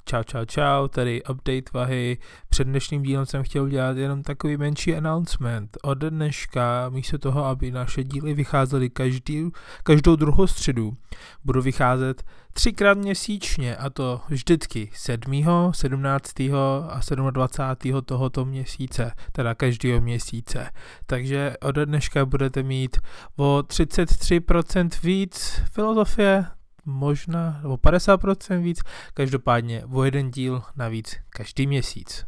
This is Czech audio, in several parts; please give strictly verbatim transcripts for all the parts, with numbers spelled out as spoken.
Čau, čau, čau, tady update Vahy. Před dnešním dílem jsem chtěl udělat jenom takový menší announcement. Od dneška, místo toho, aby naše díly vycházely každý, každou druhou středu, budu vycházet třikrát měsíčně, a to vždycky sedmého, sedmnáctého a dvacátého sedmého tohoto měsíce, teda každého měsíce. Takže od dneška budete mít o třicet tři procent víc filozofie, možná, nebo padesát procent víc, každopádně o jeden díl navíc každý měsíc.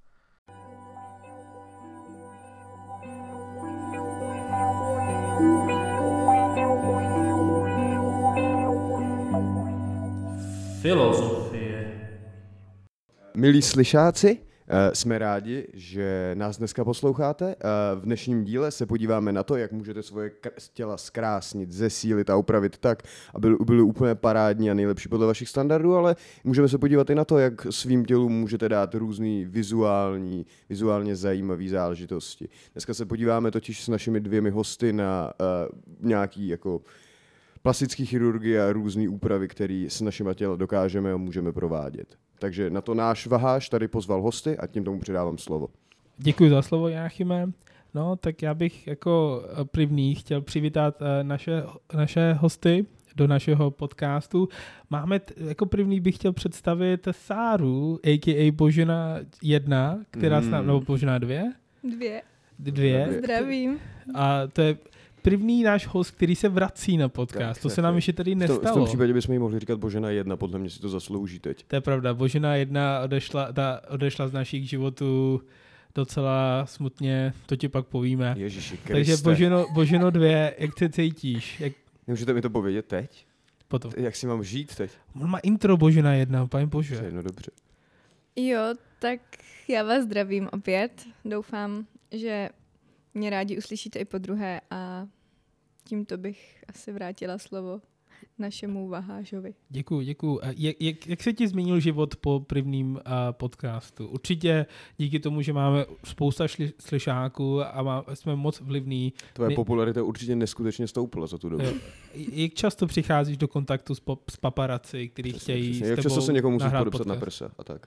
Filozofie. Milí slyšáci, jsme rádi, že nás dneska posloucháte. V dnešním díle se podíváme na to, jak můžete svoje těla zkrásnit, zesílit a upravit tak, aby byly úplně parádní a nejlepší podle vašich standardů, ale můžeme se podívat i na to, jak svým tělům můžete dát různý vizuální, vizuálně zajímavé záležitosti. Dneska se podíváme totiž s našimi dvěmi hosty na uh, nějaký jako plastické chirurgie a různé úpravy, které s našima těla dokážeme a můžeme provádět. Takže na to náš Vaháš tady pozval hosty a tím tomu předávám slovo. Děkuji za slovo, Jáchyme. No, tak já bych jako první chtěl přivítat naše, naše hosty do našeho podcastu. Máme, t- jako první bych chtěl představit Sáru, a k a. Božena jedna, která mm. s námi, nebo Božena dvě? Dvě. Dvě. Zdravím. A to je první náš host, který se vrací na podcast. Tak, to tak, se nám ještě tady nestalo. V tom případě bychom jí mohli říkat Božena jedna, podle mě si to zaslouží teď. To je pravda. Božena jedna odešla, ta odešla z našich životů docela smutně, to ti pak povíme. Ježiši Kriste. Takže Boženo, Boženo dvě, jak se cítíš? Jak... Nemůžete mi to povědět teď? Potom. Jak si mám žít teď? On má intro Božena jedna, pane Bože. No dobře. Jo, tak já vás zdravím opět. Doufám, že mě rádi uslyšíte i po druhé a tímto bych asi vrátila slovo našemu Vahášovi. Děkuju, děkuju. Jak, jak, jak se ti změnil život po prvním uh, podcastu? Určitě díky tomu, že máme spousta šli, slyšáků a má, jsme moc vlivní. Tvoje My... popularita určitě neskutečně stoupla za tu dobu. Jo. Jak často přicházíš do kontaktu s, pop, s paparaci, kteří přesně, chtějí přesně. s tebou Jak často se někomu musíš podepsat podcast? na prsa a tak?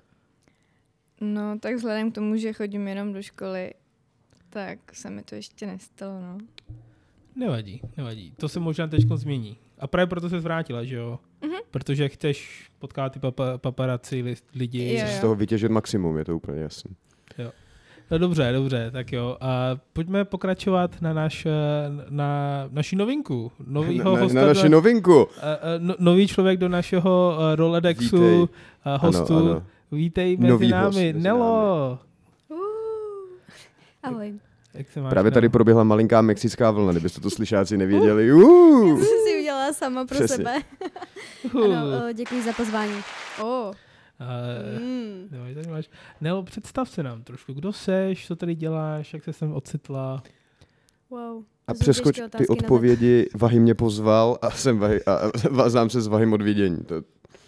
No, tak vzhledem k tomu, že chodím jenom do školy, tak se mi to ještě nestalo, no. Nevadí, nevadí. To se možná teď změní. A právě proto se zvrátila, že jo? Mm-hmm. Protože chceš potkat ty papa, paparaci lidi. Jo, jo. Z toho vytěžit maximum, je to úplně jasný. Jo. No dobře, dobře, tak jo. A pojďme pokračovat na, naš, na naši novinku. Novýho na, na, hosta na naši do, novinku. No, nový člověk do našeho Rolodexu Vítej. hostu. Ano, ano. Vítej mezi Nový námi. host mezi Nelo. Uh, ahoj. Jak se máš, Právě tady Nelo? proběhla malinká mexická vlna, kdybyste to slyšáci nevěděli. Uh. Já jsem si udělala sama pro Přesně. sebe. Uh. Ano, děkuji za pozvání. Oh. Uh, Mm. tady máš. Nelo, představ se nám trošku. Kdo seš, co tady děláš, jak se sem ocitla? Wow. A To jsou přeskoč těžké ty otázky na odpovědi, Vahy mě pozval a jsem Vahy, a, a znám se s Vahym od vidění. To... Uh,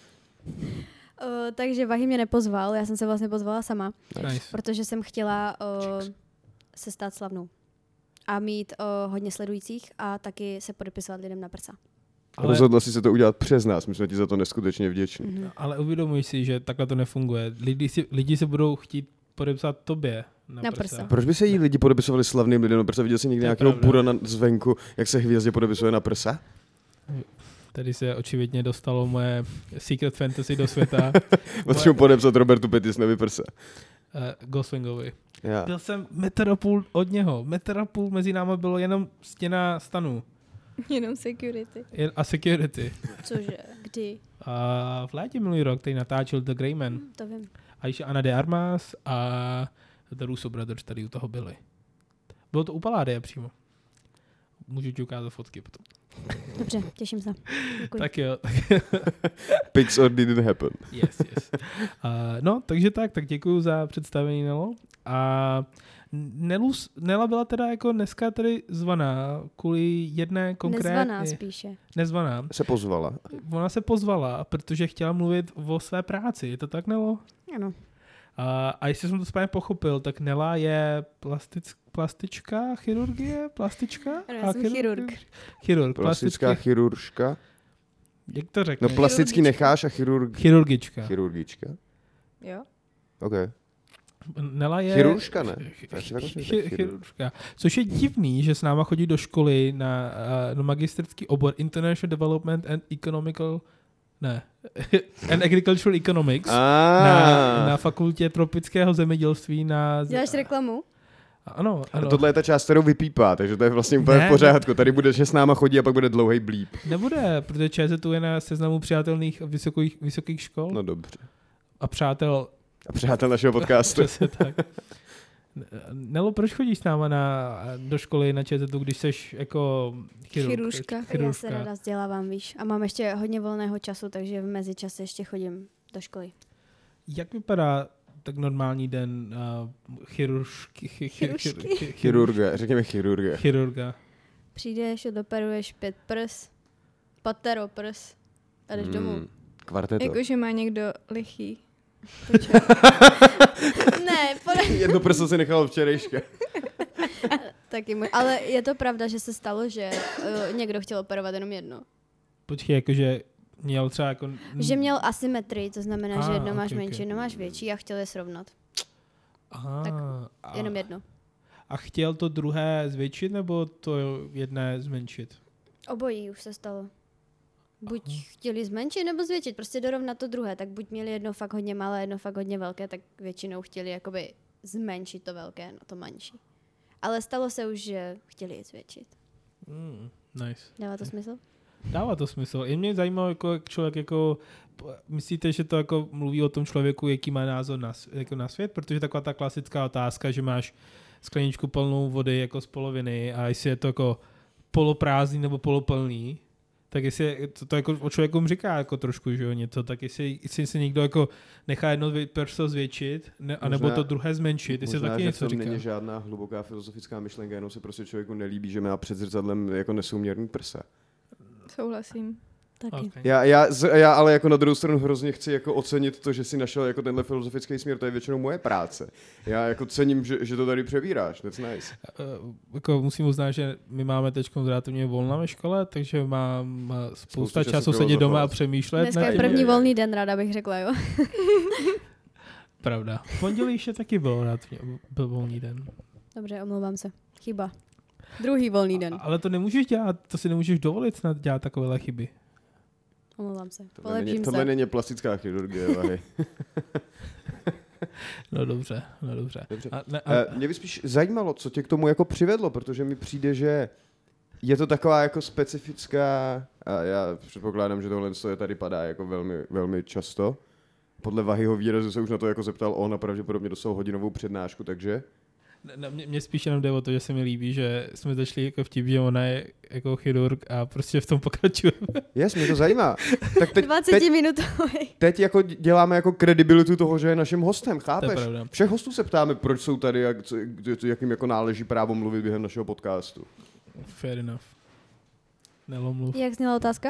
takže Vahy mě nepozval, já jsem se vlastně pozvala sama, Nice. protože jsem chtěla uh, se stát slavnou a mít uh, hodně sledujících a taky se podepisovat lidem na prsa. Ale... Rozhodla si se to udělat přes nás, my jsme ti za to neskutečně vděční. Mm-hmm. Ale uvědomuj si, že takhle to nefunguje. Lidi, si, lidi se budou chtít podepsat tobě na, Na prsa. prsa. Proč by se jí lidi podepisovali slavným lidem na prsa? Viděl jsi někdy To je nějakého pravda. pura na zvenku, jak se hvězdě podepisuje na prsa? Tady se očividně dostalo moje Secret Fantasy do světa. Potřebuji podepsat Robertu Petisnovi prsa. Uh, Goswingovi. Já. Byl jsem metr a půl od něho. Metr a půl mezi námi bylo jenom stěna stanů. Jenom security. Jen- A security. Cože? Kdy? A v létě minulý rok tady natáčel The Grey Man. Hm, to vím. A ještě Ana de Armas a The Russo Brothers tady u toho byli. Bylo to u Paládia přímo. Můžu ti ukázat fotky potom. Dobře, těším se. Děkuji. Tak jo. Pics or didn't happen. Yes, yes. Uh, no, takže tak, tak děkuju za představení, Nelo. A Nelu, Nela byla teda jako dneska tady zvaná kvůli jedné konkrétní... Nezvaná spíše. Nezvaná. Se pozvala. Ona se pozvala, protože chtěla mluvit o své práci. Je to tak, Nelo? Ano. A, a jestli jsem to správně pochopil, tak Nela je plastic, plastička, chirurgie, plastička? Ano, já jsem chirurg. Chirurg. Plastická chirurška. Jak to řekneš? No plastický necháš a chirurg... Chirurgička. Chirurgička. Jo? OK. Nela je... Chiruržka, ne? Chiruržka. Což je divný, že s náma chodí do školy na, na magisterský obor International Development and Economical... Ne. and Agricultural Economics. Na, na fakultě tropického zemědělství na... Děláš reklamu? Ano, ano. A tohle je ta část, kterou vypípá, takže to je vlastně úplně ne, v pořádku. Tady bude, že s náma chodí a pak bude dlouhý blíp. Nebude, protože ČZ je na seznamu přátelných vysokých, vysokých škol. No dobře. A přátel... A přátel našeho podcastu. Přesně tak. Nelo, proč chodíš s náma na, do školy na ČZ, když jsi jako chirurg, chiruržka? chiruržka? Já se ráda vzdělávám, víš. A mám ještě hodně volného času, takže v mezičase ještě chodím do školy. Jak vypadá tak normální den uh, chiruržky, chy, chy, Chiruržky? chy, chy, Chirurga, řekněme chirurga. Chirurga. Přijdeš, odoperuješ pět prs, patero prs a jdeš Hmm, domů. Kvarteto. Jakože má někdo lichý. Ne, podle... Jedno prso si nechal včerejška. Taky můj. Ale je to pravda, že se stalo, že uh, někdo chtěl operovat jenom jedno. Počkej, jakože měl třeba jako... Že měl asymetrii, to znamená, Ah, že jedno máš okay, menší, okay. jedno máš větší a chtěl je srovnat. Aha, tak a, Jenom jedno. a chtěl to druhé zvětšit, nebo to jedné zmenšit? Obojí už se stalo. Buď Aha. chtěli zmenšit nebo zvětšit, prostě dorovnat to druhé, tak buď měli jedno fakt hodně malé, jedno fakt hodně velké, tak většinou chtěli jakoby zmenšit to velké na to menší. Ale stalo se už, že chtěli je zvětšit. Mm, nice. Dává to smysl? Dává to smysl. I mě zajímalo, jako jak člověk jako, myslíte, že to jako mluví o tom člověku, jaký má názor na, jako na svět? Protože taková ta klasická otázka, že máš skleničku plnou vody jako z poloviny a jestli je to jako poloprázdný nebo poloplný, tak jestli to, to jako o člověku říká jako trošku, že jo, něco, tak jestli, jestli si někdo jako nechá jedno prso zvětšit, ne, anebo to druhé zmenšit, jestli možná, taky že něco to říká. není žádná hluboká filozofická myšlenka, jenom se prostě člověku nelíbí, že má před zrcadlem jako nesouměrný prsa. Souhlasím. Taky. Okay. Já, já, já ale jako na druhou stranu hrozně chci jako ocenit to, že si našel jako tenhle filozofický směr, to je většinou moje práce. Já jako cením, že, že to tady přebíráš, that's nice. Uh, jako musím uznat, že my máme teď relativně volna ve škole, takže mám spousta, spousta času, času sedět doma a přemýšlet. Dneska je první volný den, ráda bych řekla, jo. Pravda. V pondělí ještě taky byl, relativně, byl volný den. Dobře, omlouvám se. Chyba. Druhý volný den. A, ale to nemůžeš dělat, to si nemůžeš dovolit snad dělat takovéhle chyby. Omlouvám se. Tohle Polepším není, se. tohle není plastická chirurgie, vahy. No dobře, no dobře. dobře. A, ne, a... Uh, mě by spíš zajímalo, co tě k tomu jako přivedlo, protože mi přijde, že je to taková jako specifická, a já předpokládám, že tohle je tady padá jako velmi, velmi často. Podle Vahyho výrazu se už na to jako zeptal on a pravděpodobně dostal hodinovou přednášku, takže... Ne, mě, mě spíš jenom jde o to, že se mi líbí, že jsme začali jako vtip, že ona je jako chirurg a prostě v tom pokračujeme. Yes, mě to zajímá. Tak teď, dvacet minutový. Teď jako děláme jako kredibilitu toho, že je naším hostem, chápeš? To je pravda. Všech hostů se ptáme, proč jsou tady, jak, co, jakým jako náleží právo mluvit během našeho podcastu. Fair enough. Nelomluv. Jak zněla otázka?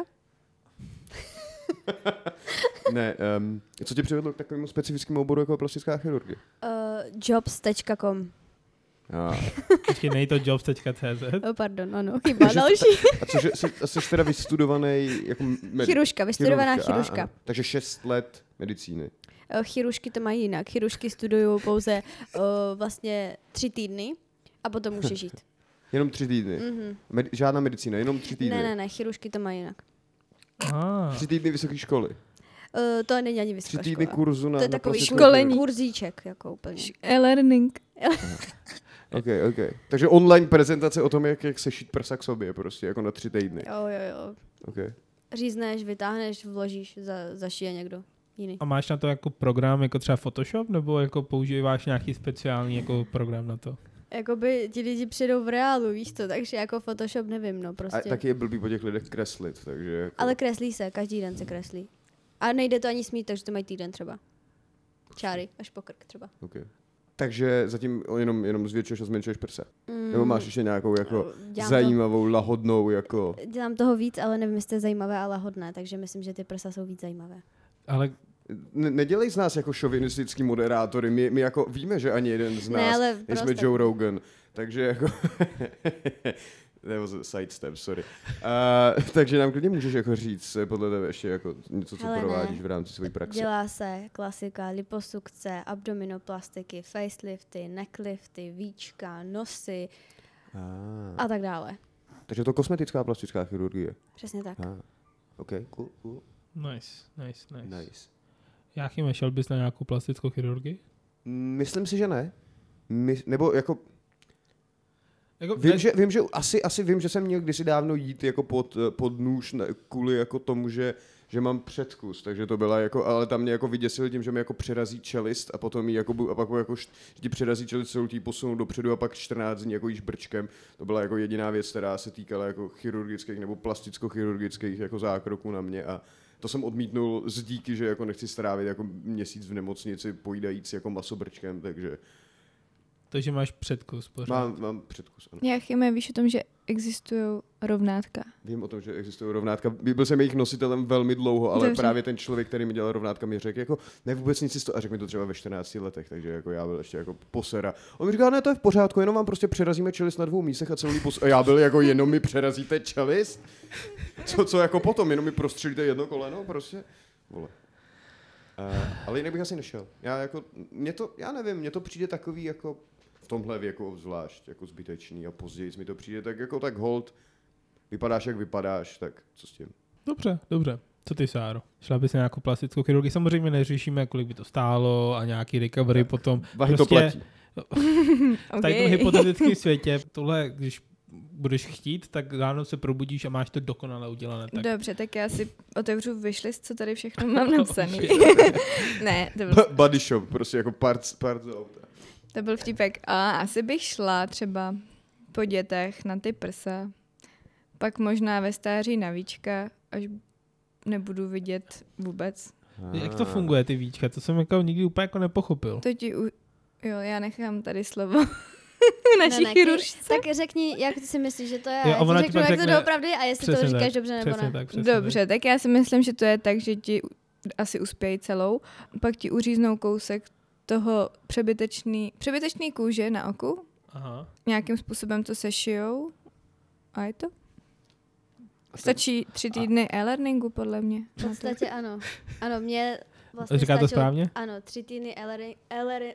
Ne, um, co tě přivedlo k takovému specifickému oboru jako plastická chirurgie? Uh, jobs tečka com. Ah. Počkej, nej to jobs tečka cé zet. Oh, pardon, ano, chyba, další. A cože, jsi, jsi teda vystudovaný jako... Med- Chiruška, vystudovaná chiruška. A, a, takže šest let medicíny. Uh, chirušky to mají jinak. Chirušky studují pouze uh, vlastně tři týdny a potom může žít. Jenom tři týdny. Mm-hmm. Med- žádná medicína, jenom tři týdny. Ne, ne, ne, chirušky to mají jinak. Ah. Tři týdny vysoké školy. Uh, to není ani vysoká Tři týdny škola. kurzu na To je na takový plastickou školení. chirurgii. kurzíček, jako úplně. E-learning. Ok, ok. Takže online prezentace o tom, jak, jak sešít prsa k sobě, prostě jako na tři týdny. Jo, jo, jo. Okay. Řízneš, vytáhneš, vložíš, za, zašije někdo jiný. A máš na to jako program, jako třeba Photoshop, nebo jako používáš nějaký speciální jako program na to? Jakoby ti lidi přijdou v reálu, víš to, takže jako Photoshop nevím, no prostě. A taky je blbý po těch lidech kreslit, takže jako... Ale kreslí se, každý den se kreslí. A nejde to ani smít, takže to mají týden třeba. Čáry, až po krk třeba. Okay. Takže zatím jenom, jenom zvětšuješ a zmenšuješ prsa? Mm, Nebo máš ještě nějakou jako dělám zajímavou, to, lahodnou jako... Dělám toho víc, ale nevím, jestli to je zajímavé a lahodné, takže myslím, že ty prsa jsou víc zajímavé. Ale Ne, nedělej z nás jako šovinistický moderátory, my, my jako víme, že ani jeden z nás ne, ale nejsme prostě. Joe Rogan, takže jako Nebo sidestep, sorry. Uh, takže nám klidně můžeš jako říct podle tebe ještě jako něco, co Hele, provádíš ne. v rámci své praxe. Dělá se klasika, liposukce, abdominoplastiky, facelifty, necklifty, víčka, nosy Ah. a tak dále. Takže to kosmetická plastická chirurgie. Přesně tak. Ah. OK, cool, cool. Nice, nice, nice. Nice. Jáchyme, šel bys na nějakou plastickou chirurgii? Myslím si, že ne. My, nebo jako Jako, Vím, ne, že, vím, že asi, asi vím, že jsem měl kdysi dávno jít jako pod, pod nůž na, kvůli jako tomu, že, že mám předkus, takže to byla jako, ale tam mě jako vyděsil tím, že mi jako přerazí čelist a potom jí jako, bu- a pak jako, že ti přerazí čelist, celou tí posunou dopředu a pak čtrnáct dní jako jíš brčkem. To byla jako jediná věc, která se týkala jako chirurgických nebo plasticko-chirurgických jako zákroků na mě a to jsem odmítnul z díky, že jako nechci strávit jako měsíc v nemocnici pojídajíc jako masobrčkem, takže takže máš předkus pořád. mám, mám předkus, ano. Jáchyme, víš o tom, že existují rovnátka? Vím o tom, že existují rovnátka. Byl jsem jejich nositelem velmi dlouho, ale Dobře. právě ten člověk, který mi dělal rovnátka, mi řekl, jako ne vůbec nic si to a řekl mi to třeba ve čtrnácti letech, takže jako já byl ještě jako posera. On mi říká, ne, to je v pořádku, jenom vám prostě přerazíme čelist na dvou místech a celý pos... A já byl jako, jenom mi přerazíte čelist? Co, co jako potom, jenom mi prostřelíte jedno koleno, prostě? Vole. Uh, ale jinak bych asi nešel. Já jako, mě to, já nevím, mně to přijde takový jako v tomhle věku zvlášť jako zbytečný a později mi to přijde tak jako tak hold. Vypadáš, jak vypadáš, tak co s tím? Dobře, dobře. Co ty, Sáro? Šla bys na nějakou plastickou chirurgii? Samozřejmě neřešíme, kolik by to stálo a nějaký recovery potom. Vahy to platí. V tady tom hypotetickém světě, tohle, když budeš chtít, tak ráno se probudíš a máš to dokonale udělané. Tak. Dobře, tak já si otevřu wishlist, co tady všechno mám napsaný. Ne, to byl, B- body shop, prostě jako parts, parts auta. to byl vtipek. A asi bych šla třeba po dětech na ty prsa, pak možná ve stáří na víčka, až nebudu vidět vůbec. Jak to funguje, ty víčka? To jsem jako nikdy úplně jako nepochopil. To ti u... Jo, já nechám tady slovo naší Ne, ne, chiruržce. Tak řekni, jak ty si myslíš, že to je. Jo, Já a ona ti ti řeknu, pak jak to řekne- doopravdy a jestli to Přesně říkáš tak, dobře nebo přesně ne. tak, přesně Dobře, tak já si myslím, že to je tak, že ti u- asi uspějí celou, pak ti uříznou kousek toho přebytečný, přebytečný kůže na oku, Aha. nějakým způsobem to sešijou a je to. Stačí tři týdny e-learningu, podle mě. V podstatě ano. Ano, mě vlastně Říká to stačilo- správně? Ano, tři týdny e-learningu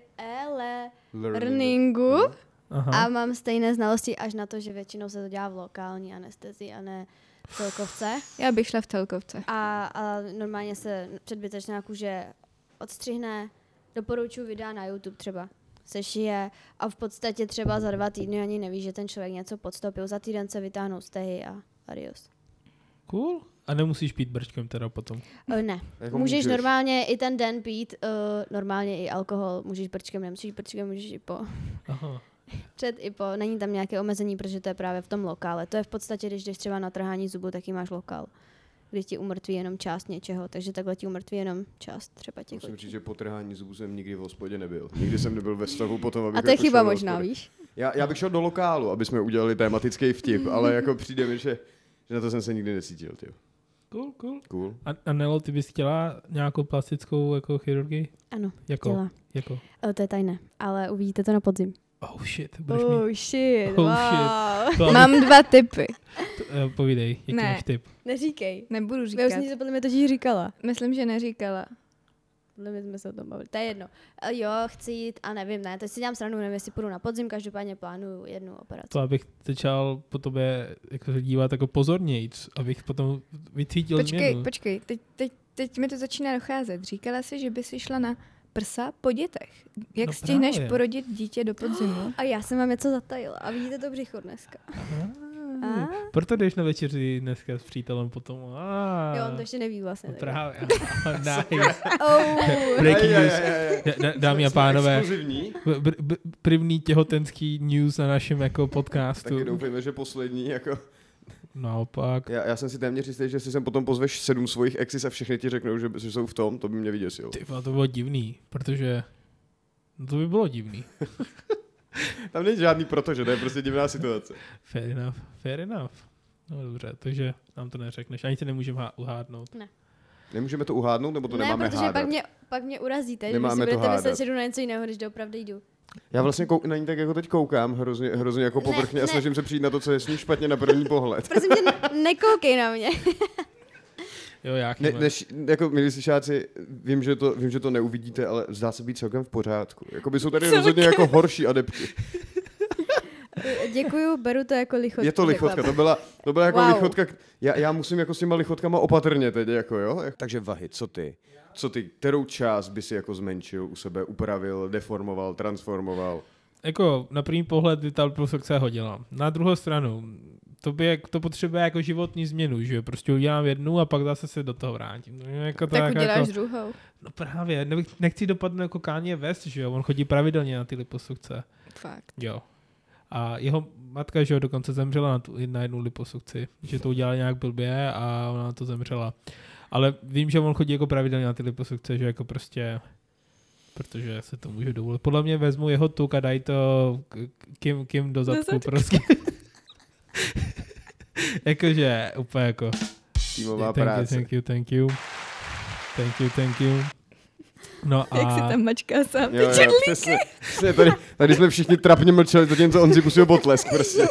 Learning. Aha. a mám stejné znalosti až na to, že většinou se to dělá v lokální anestezii a ne v celkovce. Já bych šla v telkovce. A, a normálně se předbytečná kůže odstřihne, doporučuji videa na YouTube třeba, sešije a v podstatě třeba za dva týdny ani neví, že ten člověk něco podstoupil. Za týden se vytáhnou stehy a adios. Cool. A nemusíš pít brčkem teda potom. Uh, ne. Jako můžeš, můžeš. normálně i ten den pít, uh, normálně i alkohol, můžeš brčkem, nemusíš brčkem, můžeš i po, Aha. před i po, není tam nějaké omezení, protože to je právě v tom lokále. To je v podstatě, když jdeš třeba na trhání zubu, taky máš lokál, kdy ti umrtví jenom část něčeho, takže takhle ti umrtví jenom část třeba těch Musím očí. říct, že po trhání zubů jsem nikdy v hospodě nebyl. Nikdy jsem nebyl ve stavu potom, abych A to je jako chyba šel do možná, hospody. víš? Já, já bych šel do lokálu, aby jsme udělali tematický vtip, ale jako přijde mi, že, že na to jsem se nikdy necítil. Tyjo. Cool, cool. Cool. A, a Nelo, ty bys chtěla nějakou plastickou jako chirurgii? Ano, Jako? chtěla. Jako? O, to je tajné, ale uvidíte to na podzim. Oh shit, budeš mít... Oh shit, Oh, wow. To, Mám dva typy. to, uh, povídej, jaký Ne. máš tip? Neříkej. Nebudu Já už říkat. jsem to podle mě totiž říkala. Myslím, že neříkala. Podle mě jsme se o tom bavili. To je jedno. A jo, chci jít a nevím, ne, to si dělám srandu, nevím, jestli půjdu na podzim, každopádně plánuju jednu operaci. To abych začal po tobě jako se dívat jako pozornějc, abych potom vycítil Počkej, změnu. počkej, teď, teď, teď mi to začíná docházet. Říkala jsi, že by si šla na prsa po dětech. Jak No stihneš právě. porodit dítě do podzimu? A já jsem vám něco zatajila a vidíte to břicho dneska. Ah, proto jdeš na večeři dneska s přítelem potom. Ah, Jo, on to ještě neví vlastně. no tak. právě. Nice. Oh. Breaking Aj, aj, news. aj, aj. D- d- Dámy a Jsme pánové, exkluzivní. b- b- první těhotenský news na našem jako podcastu. Taky doufejme, že poslední. Jako. Naopak. Já, já jsem si téměř jistý, že si sem potom pozveš sedm svojich exis a všechny ti řeknou, že, že jsou v tom, to by mě vyděsilo. Ty vole, to bylo divný, protože no to by bylo divný. Tam není žádný protože, to je prostě divná situace. Fair enough, fair enough. No dobře, takže nám to neřekneš, ani se nemůžeme há- uhádnout. Nemůžeme to uhádnout, nebo to Ne, nemáme protože hádat? pak mě, pak mě urazíte, že vy Nemáme si to budete myslet, hádat. že jdu na něco jiného, když doopravdy jdu. Já vlastně kou- na ní tak jako teď koukám, hrozně, hrozně jako Ne, povrchně a ne. snažím se přijít na to, co je s ní špatně na první pohled. Prosím tě, ne- nekoukej na mě. Jo, já Ne, ne, než, jako milí slyšáci, vím že, to, vím, že to neuvidíte, ale zdá se být celkem v pořádku. Jakoby jsou tady rozhodně jako horší adepti. Děkuju, beru to jako lichotku. Je to lichotka, to byla, to byla jako Wow. lichotka. Já, já musím jako s těma lichotkama opatrně teď, jako jo. Takže Vahy, co ty? Co ty, kterou část by si jako zmenšil u sebe, upravil, deformoval, transformoval? Jako na první pohled by ta liposukce hodila. Na druhou stranu, to, by, jak- to potřebuje jako životní změnu, že jo? Prostě udělám jednu a pak zase se do toho vrátím. No, jako Tak uděláš jako, druhou. no právě, nebych, nechci dopadnout jako Kanye West, že jo? On chodí pravidelně na ty liposukce. Fakt. Jo. A jeho matka, že jo, dokonce zemřela na, tu, na jednu liposukci, že to udělala nějak blbě a ona na to zemřela. Ale vím, že on chodí jako pravidelně na ty liposukce, že jako prostě, protože se to může dovolit. Podle mě vezmu jeho tuk a dají to k- kým, kým do zadku, zadku. prostě. Jakože úplně jako Týmová thank práce. you, thank you, thank you. Thank you, thank you. No a... Jak si tam mačká sám. Jo, jo, přesně, přesně tady, tady jsme všichni trapně mlčeli, zatímco on si pustil potlesk prostě.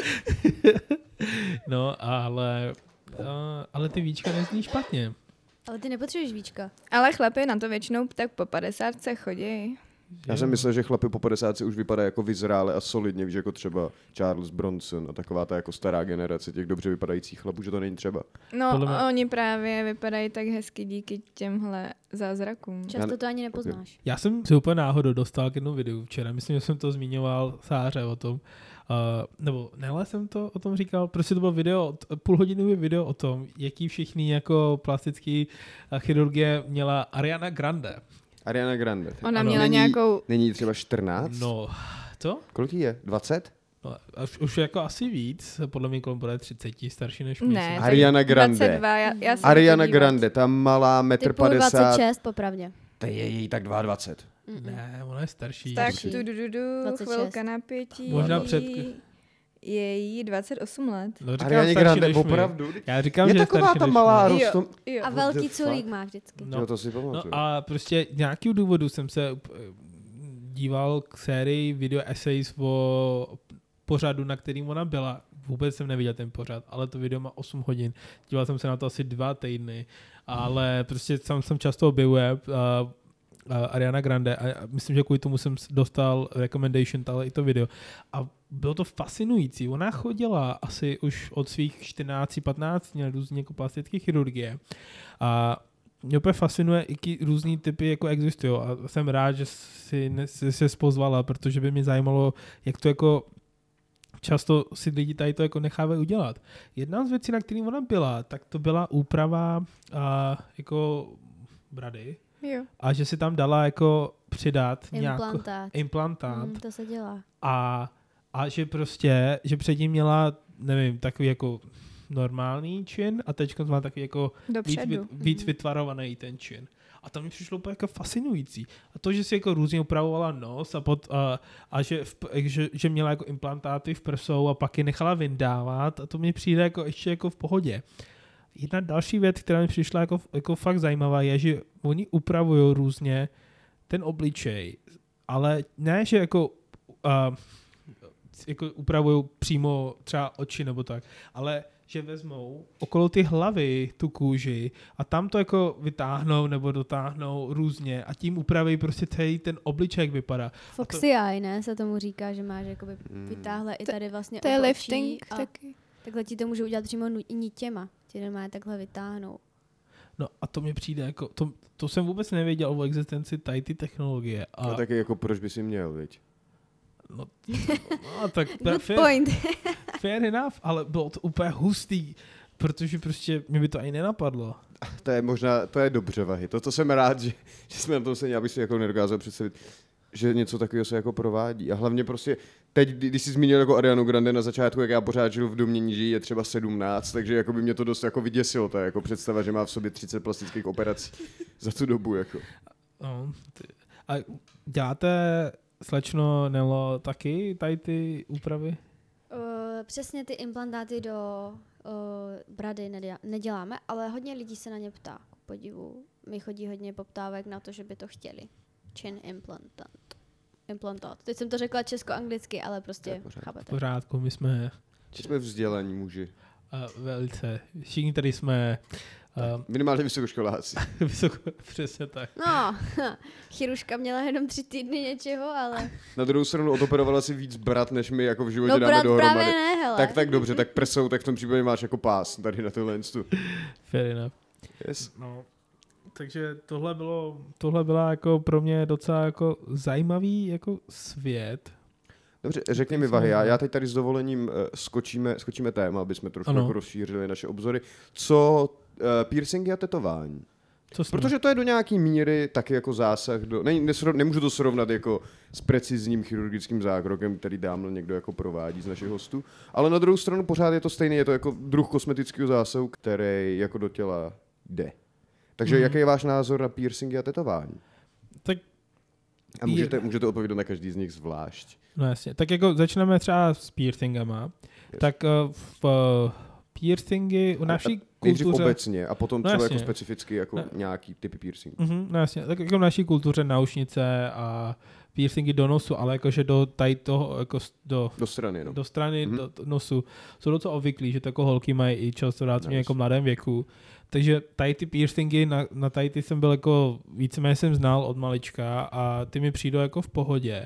No, ale... Uh, ale ty víčka nezní špatně. Ale ty nepotřebuješ víčka. Ale chlapi na to většinou tak po padesátce chodí. Já jsem myslel, že chlapi po padesátce už vypadají jako vyzrále a solidně, víš, jako třeba Charles Bronson a taková ta jako stará generace těch dobře vypadajících chlapů, že to není třeba. No, Podle mě- oni právě vypadají tak hezky díky těmhle zázrakům. Často to ani nepoznáš. Já jsem si úplně náhodou dostal k jednu videu včera. Myslím, že jsem to zmiňoval Sáře o tom. Uh, nebo nele jsem to o tom říkal. Prostě to bylo video, půlhodinový video o tom, jaký všichni jako plastický uh, chirurgie měla Ariana Grande. Ariana Grande. Ona Ano. měla Není- nějakou... Není jí třeba čtrnáct? No, co? Kolik jí je? dvacet? No, už, už jako asi víc, podle mě kolem bude třicet, starší než my. Ne, jsem- Ariana Grande. dvacet dva, já, já jsem Ariana podívat. Grande, ta malá metr Ty půl padesát. dvacet šest, popravdě. To je její tak dvacet dva. Mm-mm. Ne, ona je starší. Tak Starší. tu, du, du, du, dvacet šest. chvilka napětí. Možná před- Je jí dvacet osm let. No, říkám Ariana starší Grande, než my. opravdu? Já říkám, Je že taková starší ta než malá my. Jo. rostom... Jo. A What velký the culík fuck? má vždycky. No. Jo, to si pamatuju. No a prostě nějaký důvodu jsem se eh, díval k sérii video essays o pořadu, na kterým ona byla. Vůbec jsem neviděl ten pořad, ale to video má osm hodin. Díval jsem se na to asi dva týdny, ale prostě sam jsem často objevuje uh, uh, Ariana Grande a myslím, že kvůli tomu jsem s- dostal recommendation, ale i to video. A bylo to fascinující. Ona chodila asi už od svých čtrnáct patnáct měla různě jako plastické chirurgie. A mě úplně fascinuje, jaký různý typy jako existují. A jsem rád, že si, ne, si se spozvala, protože by mě zajímalo, jak to jako často si lidi tady to jako nechávají udělat. Jedna z věcí, na kterým ona byla, tak to byla úprava a, jako brady Jo. a že si tam dala jako přidat nějakou Implantát. implantát Mm, to se dělá. a, a že prostě, že předtím měla, nevím, takový jako normální čin a teď má takový jako víc, Dopředu. vy- víc vytvarovaný ten čin. A to mi přišlo úplně jako fascinující. A to, že si jako různě upravovala nos a, pod, a, a že, v, že, že měla jako implantáty v prsou a pak je nechala vyndávat a to mi přijde jako ještě jako v pohodě. Jedna další věc, která mi přišla jako, jako fakt zajímavá, je, že oni upravují různě ten obličej, ale ne, že jako, uh, jako upravují přímo třeba oči nebo tak, ale že vezmou okolo ty hlavy tu kůži a tam to jako vytáhnou nebo dotáhnou různě a tím upraví prostě celý ten obličej, jak vypadá. Foxy eye, ne, se tomu říká, že máš jakoby Hmm. vytáhle i tady vlastně To je obočí lifting a taky. takhle ti to můžou udělat přímo nu- nitěma. Ti normálně takhle vytáhnou. No a to mi přijde jako, to, to jsem vůbec nevěděl o existenci tady ty technologie. A, No taky jako proč by si měl, viď? no, no, tak Good fair, point. fair enough, ale bylo to úplně hustý, protože prostě mě by to ani nenapadlo. To je možná, to je dobře, Vahy. To, to jsem rád, že, že jsme na tom se, já bych si jako nedokázal představit, že něco takového se jako provádí. A hlavně prostě, teď, kdy- když jsi zmínil jako Arianu Grande na začátku, jak já pořád žiju v domění, že jí je třeba sedmnáct, takže jako by mě to dost jako vyděsilo, ta jako představa, že má v sobě třicet plastických operací za tu dobu. Jako. No, ty, a děláte, slečno Nelo, taky tady ty úpravy? Uh, přesně ty implantáty do uh, brady nedělá, neděláme, ale hodně lidí se na ně ptá. Ku podivu. Mi chodí hodně poptávek na to, že by to chtěli. Chin implantant. implantát. Teď jsem to řekla česko-anglicky, ale prostě V chápete. pořádku, my jsme My jsme vzdělaní muži. uh, velice, všichni tady jsme uh, Minimálně vysokoškoláci. vysoko, přesně tak. No, chiruržka měla jenom tři týdny něčeho, ale... Na druhou stranu odoperovala si víc brat, než my jako v životě No dáme brat dohromady. právě ne, hele. Tak, tak dobře, tak prsou, tak v tom případě máš jako pás tady na tohle instu. Fair enough. Yes. No, takže tohle bylo, tohle byla jako pro mě docela jako zajímavý jako svět. Dobře, řekni mi, Vahy, já, já teď tady s dovolením uh, skočíme, skočíme téma, aby jsme trošku Ano. jako rozšířili naše obzory. Co uh, piercingy a tetování? Co s ním? Protože to je do nějaký míry taky jako zásah do... Ne, nesrov, nemůžu to srovnat jako s precizním chirurgickým zákrokem, který dávno někdo jako provádí z našich hostů, ale na druhou stranu pořád je to stejný, je to jako druh kosmetického zásahu, který jako do těla jde. Takže Mhm. jaký je váš názor na piercingy a tetování? Tak A můžete, můžete odpovědět na každý z nich zvlášť. No jasně, tak jako začneme třeba s piercingama, Yes. tak uh, v uh, piercingy u naší Nejdřív kultuře... obecně a potom No třeba jasně. jako specificky jako Ne. nějaký typy piercingů. Mhm, no jasně, tak jako v naší kultuře náušnice a piercingy do nosu, ale jakože do tady toho, jako s- do, Do strany, no. do strany, Mhm. do, do nosu, jsou docela obvyklí, že to jako holky mají i často dát Nice. jako mladém věku. Takže tady ty piercingy, na, na tady ty jsem byl jako, víceméně jsem znal od malička a ty mi přijdou jako v pohodě.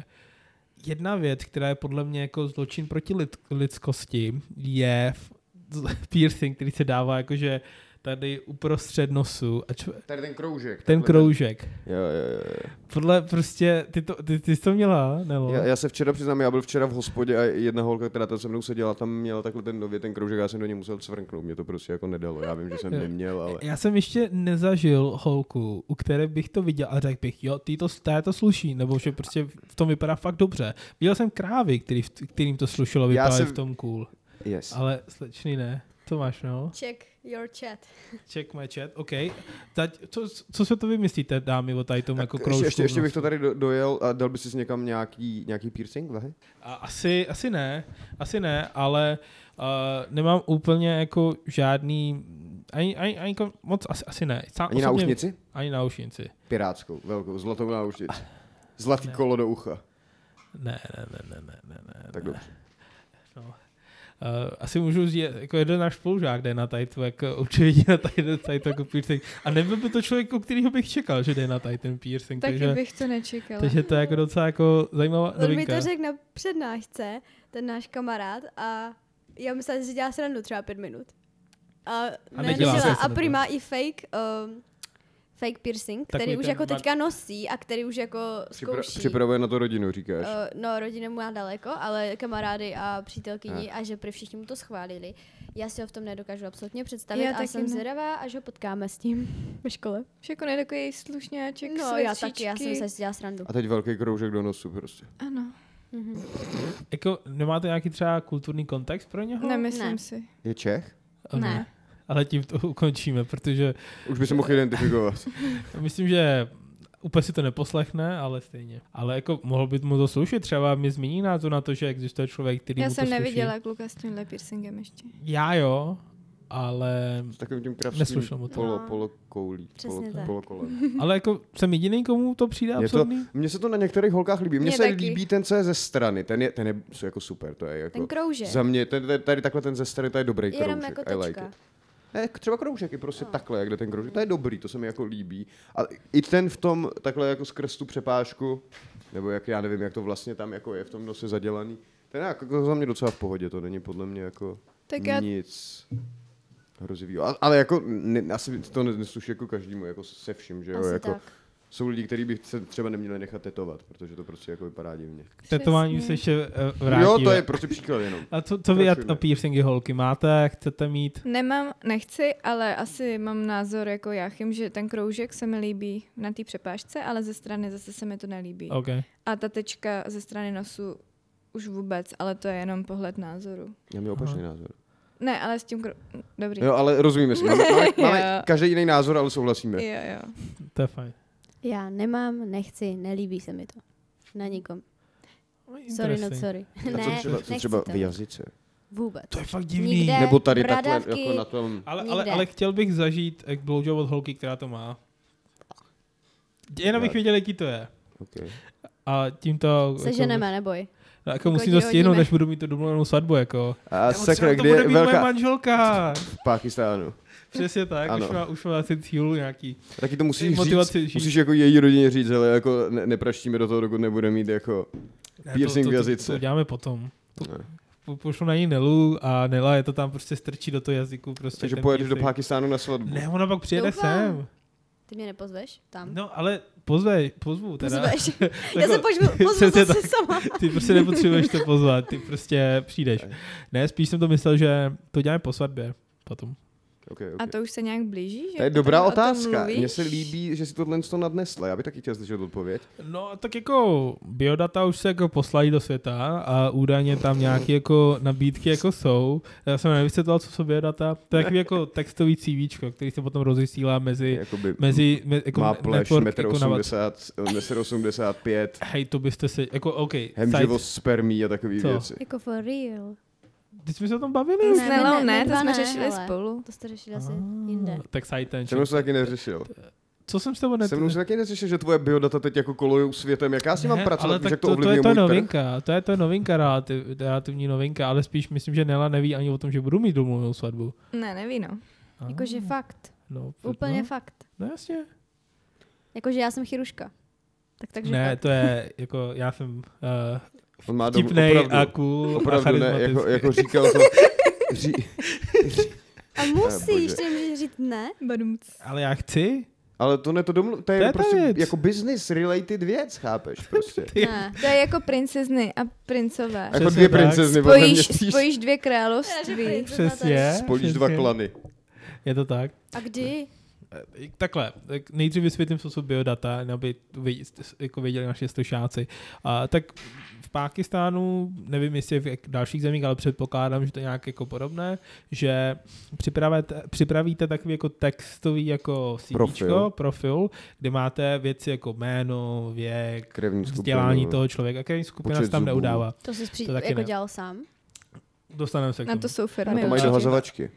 Jedna věc, která je podle mě jako zločin proti lid, lidskosti, je v- piercing, který se dává jakože tady uprostřed nosu. A čo, Tady ten kroužek. ten takhle kroužek. Jo, jo, jo. Podle prostě, ty, to, ty, ty jsi to měla, Nelo? Já, já se včera přiznám, já byl včera v hospodě a jedna holka, která tam se mnou seděla, tam měla takhle ten nově ten kroužek, já jsem do něj musel cvrknout, mě to prostě jako nedalo, já vím, že jsem Jo. neměl, ale... Já jsem ještě nezažil holku, u které bych to viděl a řekl bych, jo, ty to, té to sluší, nebo že prostě v tom vypadá fakt dobře. Viděl jsem krávy, který, kterým to slušelo, vypadaly jsem- v tom cool. Yes. Ale slečný ne. To máš, no? Check your chat. Check my chat, OK. Teď, co, co se to vymyslíte, dámy, o tady tom jako ještě, kroužku? ještě, ještě v bych to nosu? tady do, dojel a dal by si někam nějaký, nějaký piercing, Vahy? A asi, asi ne, asi ne, ale uh, nemám úplně jako žádný, ani, ani, ani jako moc, asi, asi ne. Sám Ani osobně- náušnici? Ani náušnici. Pirátskou, velkou, zlatou náušnici. Zlatý Ne. kolo do ucha. Ne, ne, ne, ne, ne, ne, ne. Tak ne. dobře. No. Uh, asi můžu říct, jako jeden náš spolužák jde na tady tu, jako určitě na tady, tady tu jako piercing. A nebyl by to člověk, o kterýho bych čekal, že jde na tady ten piercing. Taky takže, bych to nečekala. takže to je jako docela jako zajímavá On mi novinka. to řekl na přednášce, ten náš kamarád, a já myslela, že si dělá srandu třeba pět minut. A, A ne, nedělá nedělá. si A to. prý má i fake, um, fake piercing, Takový který už ten jako mat- teďka nosí a který už jako Připra- zkouší. připravuje na to rodinu, říkáš. Uh, no, rodina mu má daleko, ale kamarády a přítelkyni a že prý všichni mu to schválili. Já si ho v tom nedokážu absolutně představit Já a taky jsem ne. zvědavá, až ho potkáme s tím ve škole. Už jako ne takový slušňáček, No, já taky, svetříčky. já jsem se si dělala srandu. A teď velký kroužek do nosu prostě. Ano, Mhm. Jako, nemáte nějaký třeba kulturní kontext pro něho? nemyslím Ne. si. Je Čech? Uh, Ne. Ale tím to ukončíme, protože Už by se mohl identifikovat. myslím, že úplně si to neposlechne, ale stejně. Ale jako mohl by mu to slušit, třeba mi zmíní názor na to, že existuje člověk, který Já mu to jsem sluší. neviděla kluka s tímhle piercingem ještě. Já jo, ale, S takovým tím kravským Neslyšel mu to. polo, No. polo koulí. Přesně Polo, tak. polo kolem. ale jako jsem jediný, komu to přijde Mně to- absurdní. Mně se to na některých holkách líbí. Mně Mně se taky. líbí ten, co je ze strany. Ten je, ten je jako super. To je jako, Ten kroužek. za mě, ten, ten, tady takhle ten ze strany, to je dobrý Jenom kroužek. jako I like tečka. it. Ne, třeba kroužek je prostě No. takhle, jak jde ten kroužek. To je dobrý, to se mi jako líbí. A i ten v tom, takhle jako skrz tu přepážku, nebo jak já nevím, jak to vlastně tam jako je v tom nose zadělaný. Ten je jako za mě docela v pohodě, to není podle mě jako Tak já, nic hrozivého. A- Ale jako ne, asi to nesluší jako každému, jako se vším, že jo, Asi jako tak. jsou lidi, kteří by se třeba neměli nechat tetovat, protože to prostě jako vypadá divně. K tetování se přesně. ještě uh, vrátíme. Jo, to je prostě příklad jenom. A co, co vy a, Prosím. a piercingy holky máte? Chcete mít? Nemám, nechci, ale asi mám názor jako Jáchym, že ten kroužek se mi líbí na té přepážce, ale ze strany zase se mi to nelíbí. OK. A ta tečka ze strany nosu už vůbec, ale to je jenom pohled názoru. Já mám opačný názor. Ne, ale s tím krou... Dobrý. Jo, ale rozumíme si. Máme, máme, máme Jo. každý jiný názor, ale souhlasíme. Jo, jo. To je fajn. Já nemám, nechci, nelíbí se mi to. Na nikom. Sorry, not Interesting. sorry. A co ne, třeba, co nechci třeba to. v jazyce? Vůbec. To je fakt divný. Nikde. Nebo tady takhle, bradavky. jako na tom... Ale, ale, Nikde. ale chtěl bych zažít jak blowjob od holky, která to má. Jen abych Já- věděl, jaký to je. Okay. a tímto... Seženeme, neboj. No, jako Jako musím ti to stihnout, hodíme. než budu mít tu domluvenou svatbu, jako. A Nebo sakra, třeba to kde bude je být moje velká... manželka. V Pákistánu. Přesně tak, Ano. už má, už má asi cíl nějaký. Taky to musíš Motivaci říct, žít. musíš jako její rodině říct, ale jako ne, nepraštíme do toho, dokud nebude mít jako Ne, piercing to, v to, to, jazyce. to děláme potom. Ne. Po, pošlu na ní Nelu a Nela je to tam prostě strčí do toho jazyku. Prostě Takže ten pojedeš do piercing. Pákistánu na svatbu. Ne, ona pak přijede Doufám. sem. Ty mě nepozveš tam? No, ale pozvej, pozvu teda. Pozveš. Já Jako- se pozvu, pozvu Přesně zase tak. sama. Ty prostě nepotřebuješ to pozvat, ty prostě přijdeš. Ne, spíš jsem to myslel, že to děláme po svatbě potom. Okay, okay. A to už se nějak blíží? Že To je tady dobrá o tom otázka. mluvíš? Mně se líbí, že si tohle to nadnesla. Já bych taky chtěl slyšet odpověď. No tak jako biodata už se jako poslají do světa a údajně tam nějaké jako nabídky jako jsou. Já jsem nevysvětloval, co jsou biodata. To je takový jako textový CVčko, který se potom rozesílá mezi, Jakoby mezi me, jako má pleš, network, metr jako na WhatsApp. osmdesát, metr osmdesát pět, Hej, to byste si, jako OK, hemživost spermí a takové Co? věci. Jako for real. ty jsme se o tom bavili? S Nelou ne, to dva jsme řešili hele. spolu. To jste řešili asi Ah, jinde. Tak side Se tension. mnou se taky neřešil. Co jsem s tebou net... Se mnou se taky neřešil, že tvoje biodata teď jako kolujou světem. Jak já s tím mám Ne, pracovat, ale víš, tak jak to to, to, je ovlivňuje to můj trh? novinka, to je to novinka, relativ, relativní novinka, ale spíš myslím, že Nela neví ani o tom, že budu mít domluvenou svatbu. Ne, neví no. Ah, Jakože fakt. no, Úplně no, fakt. No jasně. Jakože já jsem chiruška. Tak takže Ne, fakt. to je, jako já jsem uh, On má dom, vtipnej opravdu, a cool a opravdu ne, jako, charismatický. jako říkal to. Ří, A bože. musíš, ty můžeš říct ne? Badumc. Ale já chci. ale to ne, to, domlu, to je, To je ta prostě věc. jako business related věc, chápeš prostě. Ne. To je jako princezny a princové. Jako Přesně dvě tak. princezny, podle mě Spojíš, spíš spojíš dvě království. Přesně. spojíš dva přesně. klany. Je to tak. A kdy? Eh, Takhle, tak nejdřív vysvětlím, co jsou biodata, aby vě- jako věděli naši slušáci. A tak v Pákistánu, nevím jestli v jak- dalších zemích, ale předpokládám, že to je nějak jako podobné, že připravíte, připravíte takový jako textový jako CVčko, Profil. profil. profil, kde máte věci jako jméno, věk, Krevní vzdělání skupinu. toho člověka, který skupina Počet se tam zubů. neudává. To jsi při... To taky jako ne. dělal sám? Dostaneme se k Na tomu. to jsou A firmy. to mají určitě. dohazovačky.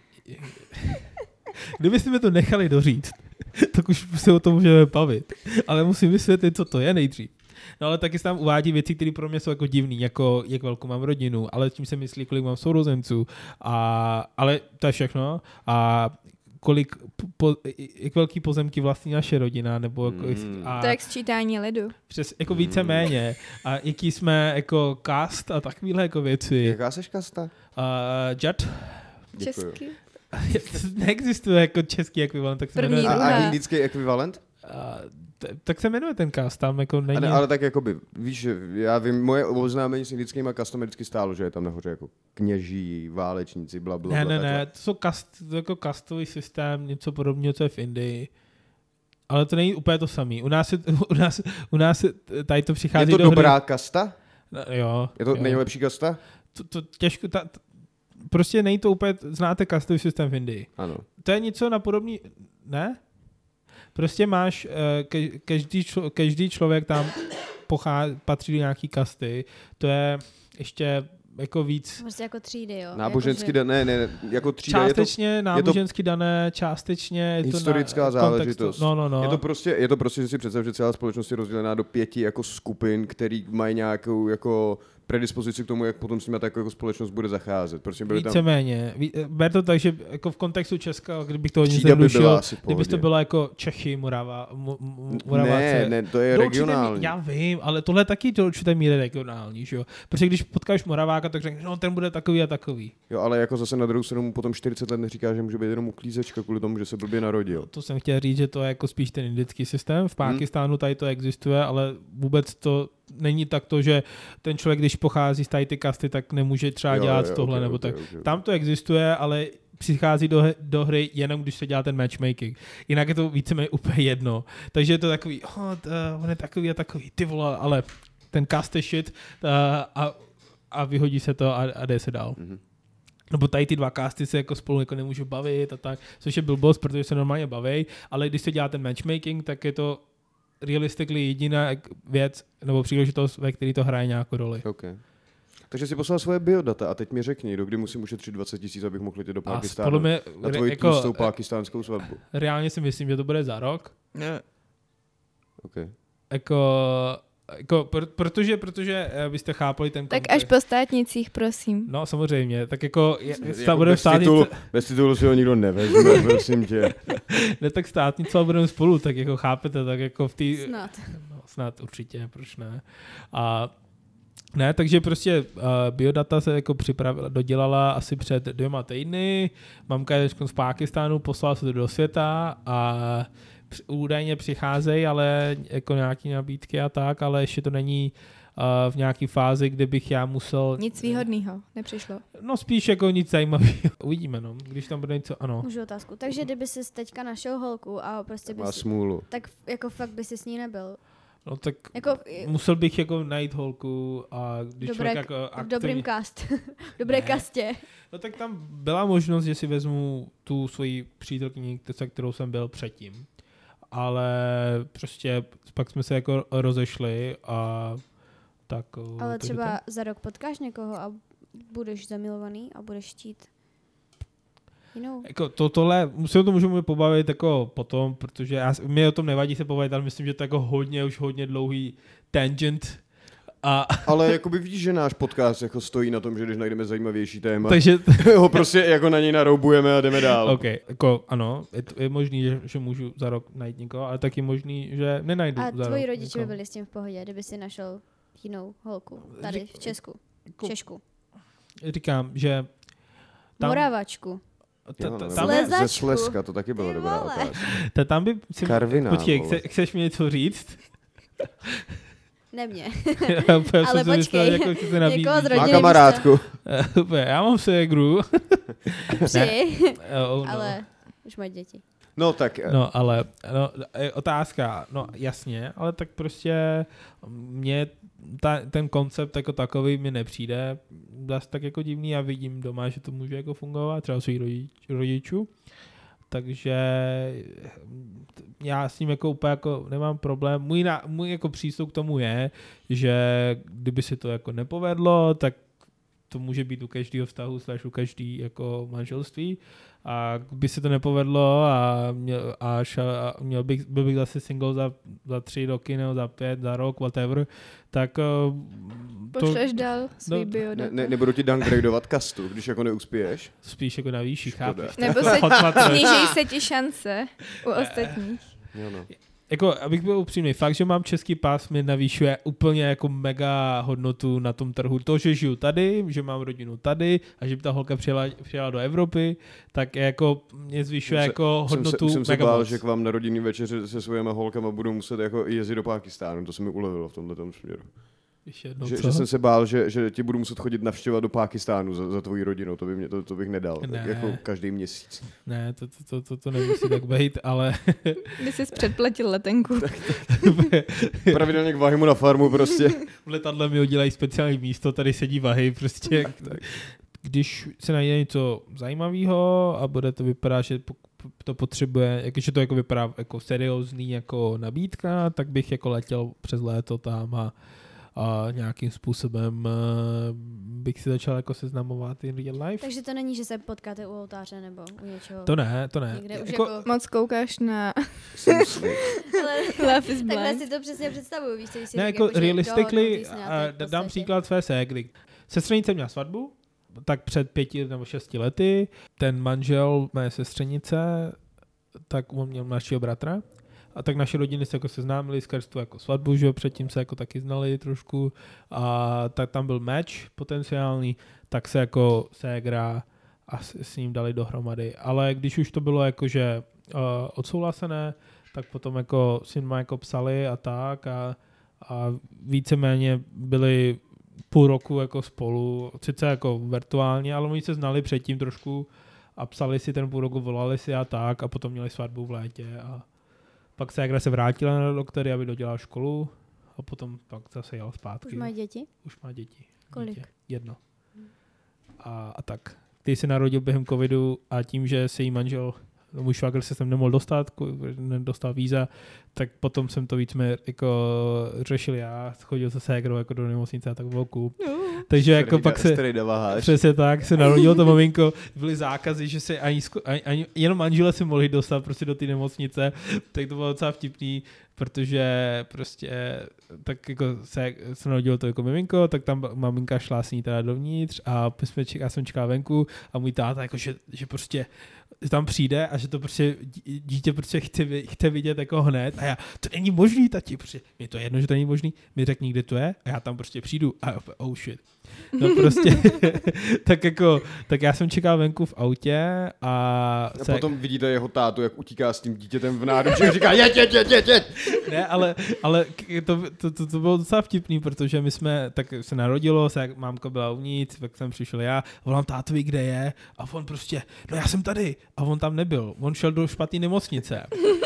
Kdybyste mi to nechali doříct, tak už se o tom můžeme bavit. Ale musím vysvětlit, co to je nejdřív. No ale taky se tam uvádí věci, které pro mě jsou jako divný, jako jak velkou mám rodinu, ale tím se myslí, kolik mám sourozenců. A, ale to je všechno. A kolik, po, jak velký pozemky vlastní naše rodina, nebo jako, Mm. a To je jak sčítání lidu. přes, jako více méně. A jaký jsme jako cast a takovýhle jako věci. Jaká seš kasta? Uh, Jad. Děkuju. Česky. Neexistuje jako český ekvivalent, tak se První jmenuje. A, a Druhá. indický ekvivalent? A, t- tak se jmenuje ten cast, tam jako není... A ne, ale tak jakoby, víš, že já vím, moje oznámení s indickýma kastom vždycky stálo, že je tam nahoře jako kněží, válečníci, bla, bla, ne, bla. ne, ne, takhle. to jsou kast, to je jako kastový systém, něco podobného, co je v Indii. Ale to není úplně to samé. U nás, je, u nás, u nás je, tady to Je přichází to do dobrá hry. kasta? No, jo. Je to jo. nejlepší kasta? To, to těžko, ta, t- prostě není to úplně, znáte kastový systém v Indii. Ano. To je něco na podobný, ne? Prostě máš, eh, ke, každý, člo, každý člověk tam pochází, patří do nějaký kasty, to je ještě jako víc Prostě jako třídy, jo. Nábožensky, Jakože- da, ne, ne, jako třída, je to, částečně nábožensky dané, částečně je to historická na záležitost. kontextu. No, no, no. je to prostě, je to prostě, že si představ, že celá společnost je rozdělená do pěti jako skupin, který mají nějakou jako predispozici k tomu, jak potom s nimi tak jako společnost bude zacházet. Prostě byly tam Víceméně. Ví- Ber to tak, že jako v kontextu Česka, kdybych to hodně třída by byla zjednodušil, asi v kdyby to pohodě. bylo jako Čechy, Morava, mu, mu, Moraváci. Ne, ne, to je Do určité regionální. mí- Já vím, ale tohle je taky do určité míry regionální, že jo? Protože když potkáš Moraváka, tak řekneš, no ten bude takový a takový. Jo, ale jako zase na druhou stranu mu potom čtyřicet let neříká, že může být jenom uklízečka kvůli tomu, že se blbě narodil. To jsem chtěl říct, že to je jako spíš ten indický systém. V Hmm. Pákistánu tady to existuje, ale vůbec to není tak to, že ten člověk, když pochází z tady ty kasty, tak nemůže třeba Jo, dělat jo, tohle ok, nebo ok, tak. ok, ok. Tam to existuje, ale přichází do, he- do hry jenom, když se dělá ten matchmaking. Jinak je to víceméně úplně jedno. Takže je to takový, oh, t, uh, on je takový a takový, ty vole, ale ten cast je shit uh, a, a vyhodí se to a, a jde se dál. Mhm. Nebo tady ty dva casty se jako spolu jako nemůžou bavit a tak, což je blbost, protože se normálně baví, ale když se dělá ten matchmaking, tak je to realistically jediná věc nebo příležitost, ve který to hraje nějakou roli. Okay. Takže si poslal svoje biodata a teď mi řekni, dokdy musím ušetřit dvacet tisíc, abych mohl jít do A podle Pákistánu mě na re- tvoji jako, tlustou pákistánskou svatbu. reálně si myslím, že to bude za rok. Okay. Jako jako, pr- protože, protože byste chápali ten Tak kontext. až po státnicích, prosím. No samozřejmě, tak jako, je, Jako bude bez, státnice, titulu, bez titulu si ho nikdo nevezme, prosím tě. ne tak státnice, ale budeme spolu, tak jako chápete, tak jako v té... Snad. No, snad určitě, proč ne. A ne, takže prostě uh, biodata se jako připravila, dodělala asi před dvěma týdny, mamka je v Pákistánu, poslala se to do světa a při, údajně přicházejí, ale jako nějaký nabídky a tak, ale ještě to není uh, v nějaký fázi, kde bych já musel... Nic výhodného nepřišlo. No spíš jako nic zajímavého. Uvidíme, no, když tam bude něco, ano. Můžu otázku. Takže kdyby jsi teďka našel holku a prostě Má bys... smůlu. Tak jako fakt by si s ní nebyl. No tak Jako, musel bych jako najít holku a když dobré, člověk jako v aktivně... dobrým cast. Dobré Ne. kastě. No tak tam byla možnost, že si vezmu tu svoji přítelkyni, se kterou jsem byl předtím. Ale prostě pak jsme se jako rozešli a tak... Ale takže třeba tam- za rok potkáš někoho a budeš zamilovaný a budeš chtít jinou. Jako to, tohle, se o tom můžeme pobavit jako potom, protože já, mě o tom nevadí se pobavit, ale myslím, že to je jako hodně, už hodně dlouhý tangent. A, Ale jakoby vidíš, že náš podcast jako stojí na tom, že když najdeme zajímavější téma, takže, ho prostě jako na něj naroubujeme a jdeme dál. OK, jako ano, je, to, je možný, že, že můžu za rok najít někoho, ale taky možný, že nenajdu A za tvoji rok rodiče by někoho. byli s tím v pohodě, kdyby si našel jinou holku tady v Česku. Jako- Češku. Říkám, že tam, Moravačku. ta, Jo, ta, nebo tam, Slezačku. ze Slezska, to taky byla Ty dobrá vole. otázka. ta, tam by si... Karviná, Počkej, vole. chce, chceš mi něco říct? Ne mě. Já úplně Ale jsem si myslel, počkej, jako, že se nabízí. někoho z Má rodiny kamarádku. Úplně, já mám ségru. Tři, Oh, no. ale už mají děti. No tak, No, ale no, e, otázka, no jasně, ale tak prostě mě ta, ten koncept jako takový mi nepřijde zase tak jako divný a vidím doma, že to může jako fungovat, třeba svých rodič, rodičů, takže já s ním jako úplně jako nemám problém. Můj, na, můj jako přístup k tomu je, že kdyby se to jako nepovedlo, tak to může být u každého vztahu, slash u každý jako manželství. A by se to nepovedlo a měl, a šel, a měl bych, byl bych zase single za, za tři roky nebo za pět, za rok, whatever, tak uh, to Pošleš dál svůj no, biodata. ne, ne, nebudu ti downgradeovat kastu, když jako neuspěješ. spíš jako na výši, Škoda. chápeš? Nebo se Patlatreš. sníží se ti šance u ostatních. Jo, no. Jako, abych byl upřímný, fakt, že mám český pás, mi navýšuje úplně jako mega hodnotu na tom trhu. To, že žiju tady, že mám rodinu tady a že by ta holka přijela, přijela do Evropy, tak jako mě zvyšuje Jsem se- jako hodnotu Jsem se, jsem se mega bál, moc. že k vám na rodinný večeři se svými holkama budu muset jako jezdit do Pákistánu. To se mi ulevilo v tomhle směru. Ještě jednou, Že, co? že jsem se bál, že, že ti budu muset chodit navštěvovat do Pákistánu za, za tvojí rodinou. To, by mě, to, to bych nedal. Ne. Jako každý měsíc. Ne, to, to, to, to, to nemusí tak být, ale By jsi předplatil letenku. Pravidelně k Vahimu na farmu prostě. v letadle mi udělají speciální místo, tady sedí Vahy, prostě. Tak, tak. Když se najde něco zajímavého a bude to vypadat, že po- to potřebuje, jakože to jako vypadá jako seriózní jako nabídka, tak bych jako letěl přes léto tam a, a nějakým způsobem uh, bych si začal jako seznamovat in real life. Takže to není, že se potkáte u oltáře nebo u něčeho. To ne, to ne. Někde už Jako, jako... Moc koukáš na Jsem svět. Ale Love is takhle Blind. si to přesně představuju, víš, co když si ne, řekl, jako že realistically, dohodnutý s a nějaký v dám podstatě. příklad své ségry. Sestřenice měla svatbu, tak před pěti nebo šesti lety. Ten manžel mé sestřenice, tak on měl mladšího bratra. A tak naše rodiny se jako seznámili skrz tu jako svatbu, že jo, předtím se jako taky znali trošku. A tak tam byl match potenciální, tak se jako ségra a s, s ním dali dohromady. Ale když už to bylo jakože uh, odsouhlasené, tak potom jako s ním jako psali a tak a, a víceméně byli půl roku jako spolu, sice jako virtuálně, ale oni se znali předtím trošku a psali si ten půl roku, volali si a tak a potom měli svatbu v létě a pak se jak se vrátila na doktory, aby dodělala školu a potom pak zase jela zpátky. Už mají děti? Už má děti. Kolik? Dítě. Jedno. A, a tak. Ty se narodil během covidu a tím, že se jí manžel, můj švagr se sem nemohl dostat, nedostal víza, tak potom jsem to víc jako řešil já, chodil se ségrou jako do nemocnice a tak volku. No. Takže jako Starý, pak se, přesně tak, se narodilo to maminko, byly zákazy, že se ani, ani, ani jenom manžele se mohli dostat prostě do té nemocnice, tak to bylo docela vtipný, protože prostě tak jako se, se narodilo to jako miminko, tak tam maminka šla s ní teda dovnitř a jsme, já jsem čekal venku a můj táta jako, že, že prostě tam přijde a že to prostě dítě prostě chce, chce vidět jako hned a já, to není možný, tati, prostě, mě to je jedno, že to není možný, mi řekni, kde to je a já tam prostě přijdu a oh shit. No prostě, tak jako, tak já jsem čekal venku v autě a... A se... potom vidíte jeho tátu, jak utíká s tím dítětem v náručí a říká jeď, jeď, jeď, jeď, jeď. Ne, ale, ale to, to, to, to bylo docela vtipný, protože my jsme, tak se narodilo, se, mámka byla uvnitř, tak jsem přišel já, volám tátovi, kde je a on prostě, no já jsem tady a on tam nebyl, on šel do špatné nemocnice.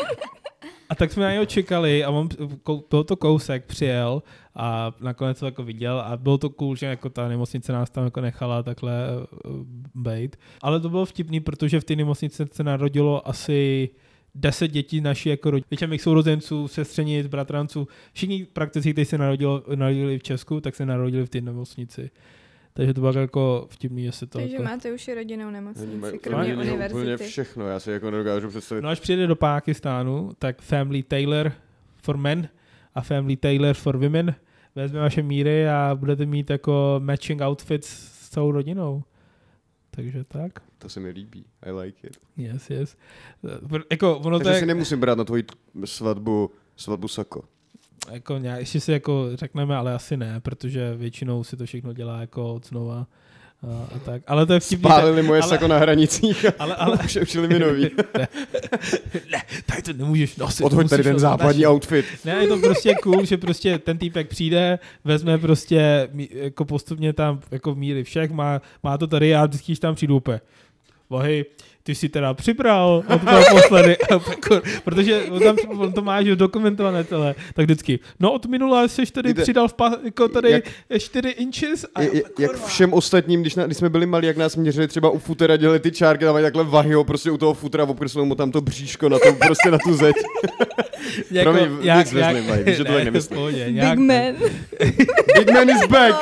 A tak jsme na něho čekali a on, byl to kousek, přijel a nakonec to jako viděl a bylo to cool, že jako ta nemocnice nás tam jako nechala takhle uh, bejt. Ale to bylo vtipný, protože v té nemocnici se narodilo asi deset dětí naší jako rodiny. Většina mých sourozenců, sestřenic, bratranců, všichni prakticky, kteří se narodilo, narodili v Česku, tak se narodili v té nemocnici. Takže to bylo jako vtipný, jestli to... Takže jako... máte už i rodinnou nemocnici, kromě univerzity. Úplně všechno, já si jako nedokážu představit. No až přijde do Pákistánu, tak Family Tailor for Men a Family Tailor for Women vezme vaše míry a budete mít jako matching outfits s celou rodinou. Takže tak. To se mi líbí, I like it. Yes, yes. Jako, ono Takže to si nemusím brát na tvoji svatbu, svatbu sako. Jako nějak, ještě si jako řekneme, ale asi ne, protože většinou si to všechno dělá jako od znova a, a tak. Ale to je vtipný. Spálili moje ale, sako na hranicích a ale, ale, už učili mi nový. Ne, ne, tady to nemůžeš nosit. Odhoď tady ten západní naši. Outfit. Ne, je to prostě cool, že prostě ten týpek přijde, vezme prostě jako postupně tam jako míry všech, má, má to tady, já vždycky tam přijdu úplně. Vahy, ty jsi teda přibral od toho posledy, protože on, tam, on to má že dokumentované celé, tak vždycky, no od minula jsi tady Víte, přidal v pa, jako tady jak, čtyři inches. A je, jak všem ostatním, když, na, když jsme byli malí, jak nás měřili třeba u futera, dělali ty čárky, tam mají takhle vahy, prostě u toho futera obkreslou mu tam to bříško na to, prostě na tu zeď. jako, Promiň, jak, nic jak, mají, víš, že to tak nemyslím. Big man. Big man is back.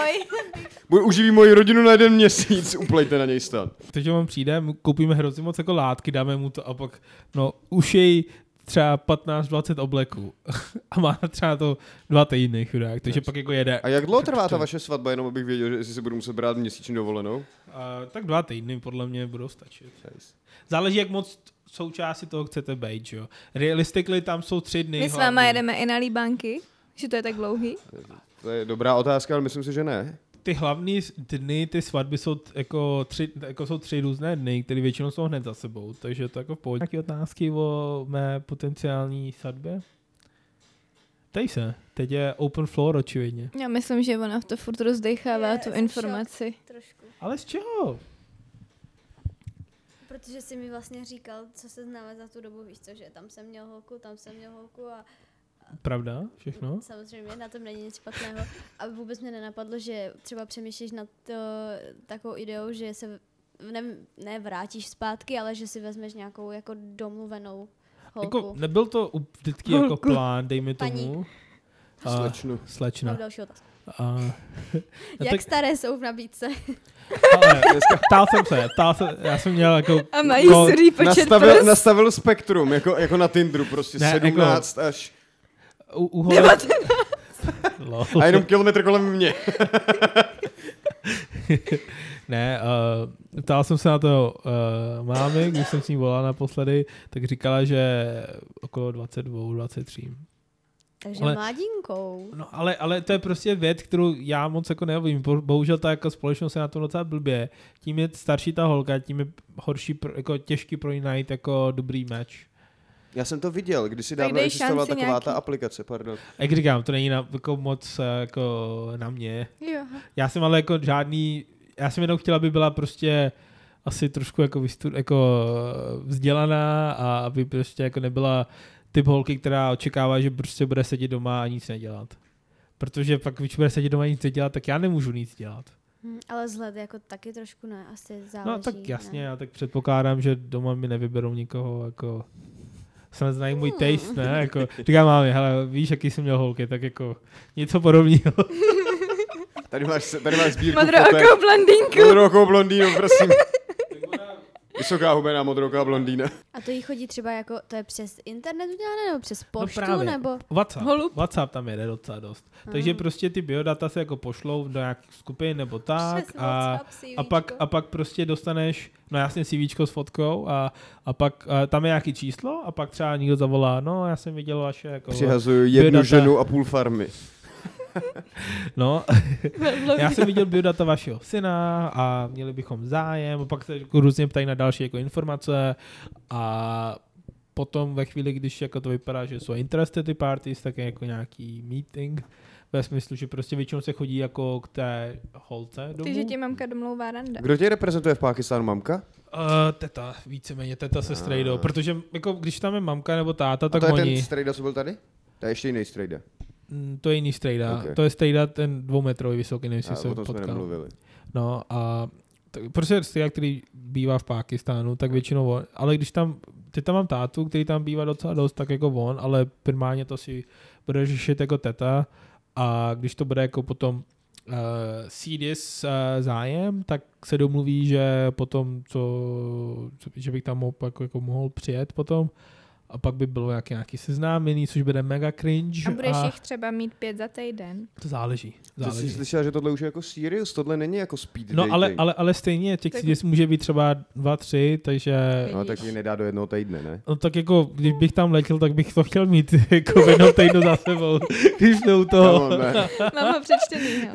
Uživí moji rodinu na jeden měsíc, uplejte na něj stan. Takže on přijde, koupíme hrozně moc jako látky, dáme mu to a pak, no, ušej třeba patnáct dvacet obleků a má třeba to dva týdny, chudák, takže yes. Pak jako jede. A jak dlouho trvá ta vaše svatba, jenom abych věděl, že jestli si budu muset brát měsíční dovolenou? Uh, tak dva týdny podle mě budou stačit. Yes. Záleží, jak moc součástí toho chcete být, jo. Realistically tam jsou tři dny. My s váma jedeme i na líbánky, že to je tak dlouhý? To je dobrá otázka, ale myslím si, že ne. Ty hlavní dny, ty svatby jsou t- jako tři, jako jsou tři různé dny, které většinou jsou hned za sebou, takže to jako v pohodě. Nějaké otázky o mé potenciální svatbě? Tej se, teď je open floor očividně. Já myslím, že ona v to furt rozdechává tu informaci. Trošku. Ale z čeho? Protože jsi mi vlastně říkal, co se známe za tu dobu, víš co, že tam jsem měl holku, tam jsem měl holku a Pravda? Všechno? Samozřejmě, na tom není nic špatného. A vůbec mě nenapadlo, že třeba přemýšlíš nad to, takovou ideou, že se ne, ne vrátíš zpátky, ale že si vezmeš nějakou jako domluvenou holku. Jako, nebyl to vždycky jako plán, dejme tomu. A, slečnu. Slečna. Mám další otázku. A, Jak tak, staré jsou v nabídce? Ale, ptal jsem se, ptal jsem, já jsem měl jako... A mají ko, sudý počet nastavil, prst. nastavil spektrum, jako, jako na Tinderu, prostě ne, sedmnáct jako, až... U, u hole... A jenom kilometr kolem mě. Ne, uh, ptal jsem se na to uh, mámy, když jsem s ní volal naposledy, tak říkala, že okolo dvacet dva, dvacet tři. Takže ale, mladinkou. No ale, ale to je prostě věc, kterou já moc jako nevím. Bohužel ta jako společnost je na to docela blbě. Tím je starší ta holka, tím je horší, jako těžký pro ní najít jako dobrý match. Já jsem to viděl, když si dávno existovala taková nějaký... ta aplikace, pardon. Jak říkám, to není na, jako moc jako na mě. Jo. Já jsem ale jako žádný, já jsem jenom chtěla, aby byla prostě asi trošku jako, vystud, jako vzdělaná a aby prostě jako nebyla typ holky, která očekává, že prostě bude sedět doma a nic nedělat. Protože pak, když bude sedět doma a nic nedělat, tak já nemůžu nic dělat. Hmm, ale vzhled jako taky trošku ne, asi záleží. No tak jasně, ne? Já tak předpokládám, že doma mi nevyberou nikoho jako snad znají můj taste, ne? Jako, říkám mámě, hele, víš, jaký jsem měl holky, tak jako něco podobného. Tady máš, tady máš sbírku Modrookou blondýnku. Modrookou blondýnu, prosím. Vysoká hubená modrooká blondýna. A to jí chodí třeba jako, to je přes internet udělané, nebo přes poštu, no právě. nebo? WhatsApp. Holub. WhatsApp tam jede docela dost. Aha. Takže prostě ty biodata se jako pošlou do nějakých skupin nebo tak Přes a, WhatsApp, a, pak, a pak prostě dostaneš, no jasně CVčko s fotkou a, a pak a tam je nějaký číslo a pak třeba někdo zavolá, no já jsem viděl vaše jako... Přihazuju jednu biodata. ženu a půl farmy. No, já jsem viděl biodata vašeho syna a měli bychom zájem a pak se jako různě ptají na další jako informace a potom ve chvíli, když jako to vypadá, že jsou interested ty parties, tak je jako nějaký meeting ve smyslu, že prostě většinou se chodí jako k té holce domů. Takže tě mamka domlouvá rande. Kdo tě reprezentuje v Pákistánu, mamka? Uh, teta, víceméně teta se strejdou, protože jako když tam je mamka nebo táta, A tak to je oni... ten strejda, co byl tady? To je ještě jiný strejda. Mm, to je jiný strejda, Okay. to je strejda ten dvoumetrový vysoký, nevím, A jestli se o tom jsme potkal. nemluvili. No a tak, protože strejda, který bývá v Pákistánu, tak většinou on, ale když tam, teď tam mám tátu, který tam bývá docela dost, tak jako on, ale primárně to si bude řešit jako teta a když to bude jako potom uh, serious uh, zájem, tak se domluví, že potom, co, že bych tam mohl, jako, jako mohl přijet potom a pak by bylo nějaký, nějaký seznámený, což bude mega cringe. A budeš a jich třeba mít pět za týden. to záleží. To jsi záleží. slyšela, že tohle už je jako serious? Tohle není jako speed No dating. ale, ale, ale stejně těch Tak- serious může být třeba dva, tři, takže No tak ji nedá do jednoho týdne, ne? no tak jako, když bych tam letěl, tak bych to chtěl mít jako v jednom týdnu za sebou, když jsme u toho. Come on, man. Mám ho přečtenýho.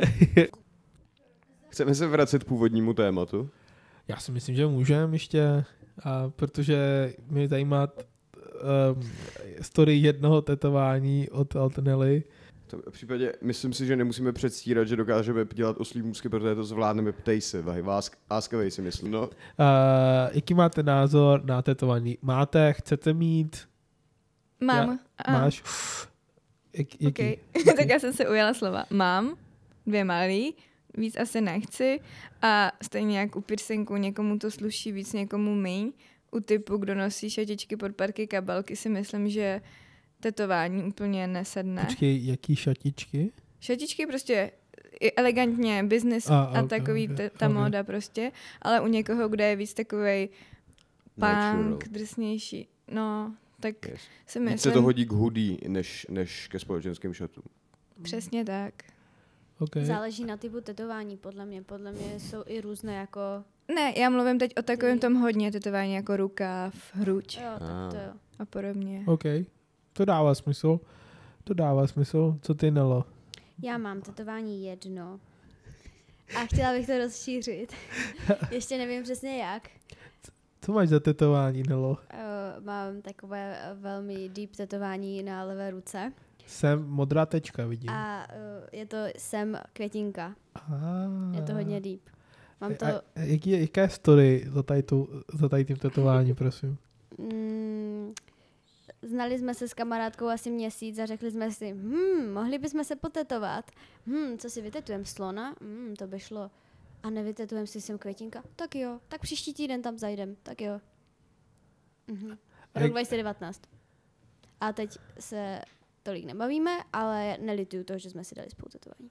Chceme se vracet k původnímu tématu. Já si myslím, že můžeme ještě, a protože mě zajímá um, story jednoho tetování od Altenelly. To v případě, myslím si, že nemusíme předstírat, že dokážeme dělat oslí můzky, protože to zvládneme, ptej se, vahy, ask, ask away si myslím, no. Uh, jaký máte názor na tetování? Máte, chcete mít? Mám. A, Máš? Jak, jaký? okay. Tak já jsem se ujala slova. Mám dvě malý, víc asi nechci a stejně jak u piercinku někomu to sluší víc, někomu míň. U typu, kdo nosí šatičky pod parky kabelky, si myslím, že tetování úplně nesedne. Počkej, jaký šatičky? Šatičky prostě i elegantně, business A, a, a, a takový a, te, ta ok. móda prostě, ale u někoho, kde je víc takovej Natural. punk, drsnější, no, tak Yes. si Víc se myslím, to hodí k hoodie, než, než ke společenským šatům. přesně tak. Okay. Záleží na typu tetování, podle mě. Podle mě jsou i různé jako... Ne, já mluvím teď o takovém tom hodně tetování, jako rukáv, hruď Jo, tak to jo. a podobně. OK. To dává smysl. To dává smysl. Co ty, Nelo? Já mám tetování jedno. A chtěla bych to rozšířit. Ještě nevím přesně jak. Co máš za tetování, Nelo? Uh, mám takové uh, velmi deep tetování na levé ruce. Jsem modrá tečka, vidím. A uh, je to sem květinka. Ah. Je to hodně deep. Mám to... A, a jaký, je- jaká je story za tady, tu, za tady tím tetování, prosím? Mm, znali jsme se s kamarádkou asi měsíc a řekli jsme si, hm, mohli bychom se potetovat. Hm, co si vytetujeme? Slona? Hm, to by šlo. A nevytetujeme si sem květinka? Tak jo. Tak příští týden tam zajdem. Tak jo. Mhm. A Rok jak- dva tisíce devatenáct. A teď se tolik nebavíme, ale nelituju toho, že jsme si dali spolu tetování.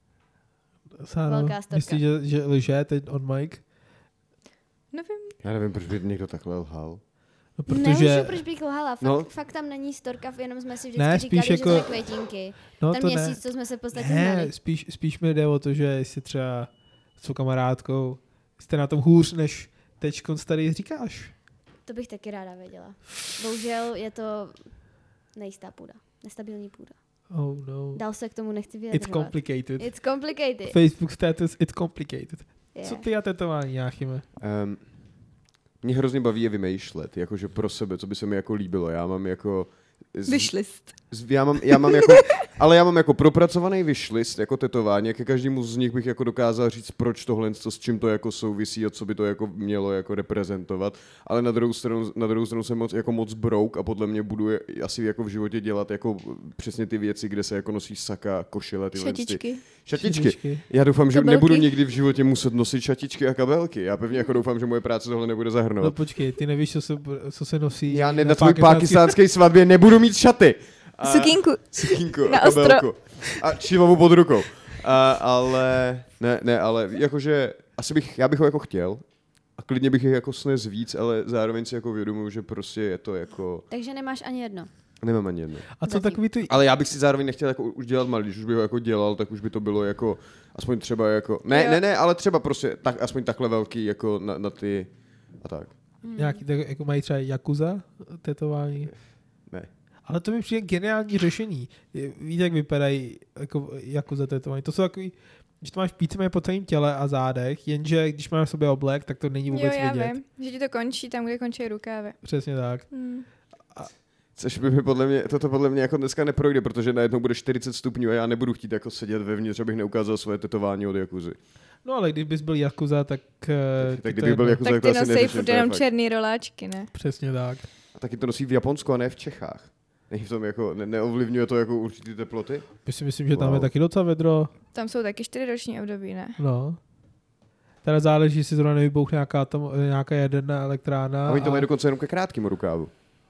Sáro, Velká storka. myslíš, že, že lže teď on Mike? Nevím. Já nevím, proč by někdo takhle lhal. No, Protože... protože... Nemůžu, proč bych lhala. Fakt, No. no. fakt tam není storka, jenom jsme si vždycky Ne, říkali, spíš jako- že to je květinky. no, Ten to měsíc, ne. co jsme se v podstatě Ne, znali. spíš, spíš mi jde o to, že jestli třeba s svou kamarádkou jste na tom hůř, než teďkon tady říkáš. To bych taky ráda věděla. Bohužel je to nejistá půda. Nestabilní půda. Oh no. Dál se k tomu nechci It's vyjadřovat. complicated. It's complicated. Facebook status, it's complicated. Yeah. Co ty a tetování, Jáchyme? Um, mě hrozně baví je vymýšlet, jakože pro sebe, co by se mi jako líbilo. Já mám jako... Z, Wishlist. z, já, mám, já mám jako... Ale já mám jako propracovaný wishlist, jako tetování, ke každému z nich bych jako dokázal říct, proč tohle, co, s čím to jako souvisí a co by to jako mělo jako reprezentovat. Ale na druhou stranu, na druhou stranu jsem moc, jako moc brouk a podle mě budu je, asi jako v životě dělat jako přesně ty věci, kde se jako nosí saka, košile, tyhle Šatičky. Ty. Šatičky. Šatičky. Já doufám, že Kabelky. nebudu nikdy v životě muset nosit šatičky a kabelky. Já pevně jako doufám, že moje práce tohle nebude No zahrnovat. počkej, ty nevíš, co se, co se nosí. Já ne, na na tvůj pákistánský- pákistánské svatbě nebudu mít šaty. A, Sukínku. Sukínku Na a ostro. kabelku. A šivavu pod rukou. A, ale, ne, ne, ale jakože, asi bych, já bych ho jako chtěl. A klidně bych je jako snes víc, ale zároveň si jako vědomuji, že prostě je to jako, Takže nemáš ani jedno. nemám ani jedno. A co Zatím. takový ty... Ale já bych si zároveň nechtěl jako už dělat malý, když už bych ho jako dělal, tak už by to bylo jako, aspoň třeba jako, ne, Jo. ne, ne, ale třeba prostě tak, aspoň takhle velký jako na, na ty a tak. Nějaký, tak, jako mají třeba Yakuza tetování? Ne. Ale to mi přijde geniální řešení. Je- Víte, jak vypadají jako Yakuza tetování? To jsou takový, že to máš víceméně po celém těle a zádech, jenže když máš v sobě oblek, tak to není Jo, vůbec já vidět. vím, že ti to končí tam, kde končí rukávy. Přesně tak. Hmm. Což by mi podle mě, toto podle mě jako dneska neprojde, protože najednou bude čtyřicet stupňů a já nebudu chtít jako sedět vevnitř, abych neukázal svoje tetování od Yakuzy. No ale kdybys byl Yakuza, tak... eh, Tak ti to kdyby byl jedno. Yakuza, Tak to ty asi nosej neřeším, furt to je jenom fakt. černý roláčky, ne? Přesně tak. A taky to nosí v Japonsku a ne v Čechách. Není v tom jako, ne, neovlivňuje to jako určitý teploty? My si myslím, že tam Wow. je taky docela vedro. Tam jsou taky čtyřiroční období, ne? No. Teda záleží, jestli zrovna nevybouchne nějaká, tam, nějaká jaderná elektrárna. A oni to mají dokonce jenom ke krátkému rukávu,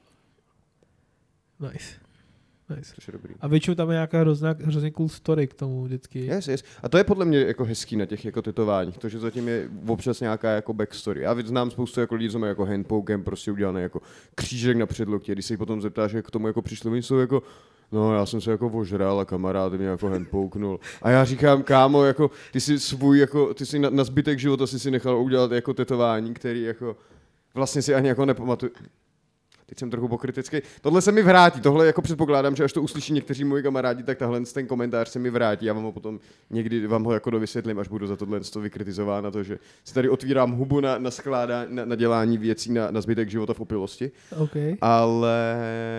Nice. Nice. což je dobrý. A většinou tam je nějaká hrozná, hrozně cool story k tomu vždycky. Yes, yes. A to je podle mě jako hezký na těch jako tetováních, to, že zatím je občas nějaká jako backstory. Já víc znám spoustu jako lidí, co mají jako handpokem prostě udělaný jako křížek na předloktě, když se jich potom zeptáš, jak k tomu jako přišlo, oni jsou jako no, já jsem se jako ožral a kamarád mě jako handpouknul. A já říkám, kámo, jako ty si svůj, jako, ty si na, na zbytek života si si nechal udělat jako tetování, který jako vlastně si ani jako nepamatuju. Teď jsem trochu pokritický. Tohle se mi vrátí, tohle jako předpokládám, že až to uslyší někteří moji kamarádi, tak tahle ten komentář se mi vrátí. Já vám ho potom někdy vám ho jako dovysvětlím, až budu za tohle to vykritizován na to, že si tady otvírám hubu na, na skládání, na, na dělání věcí na, na zbytek života v opilosti. OK. Ale...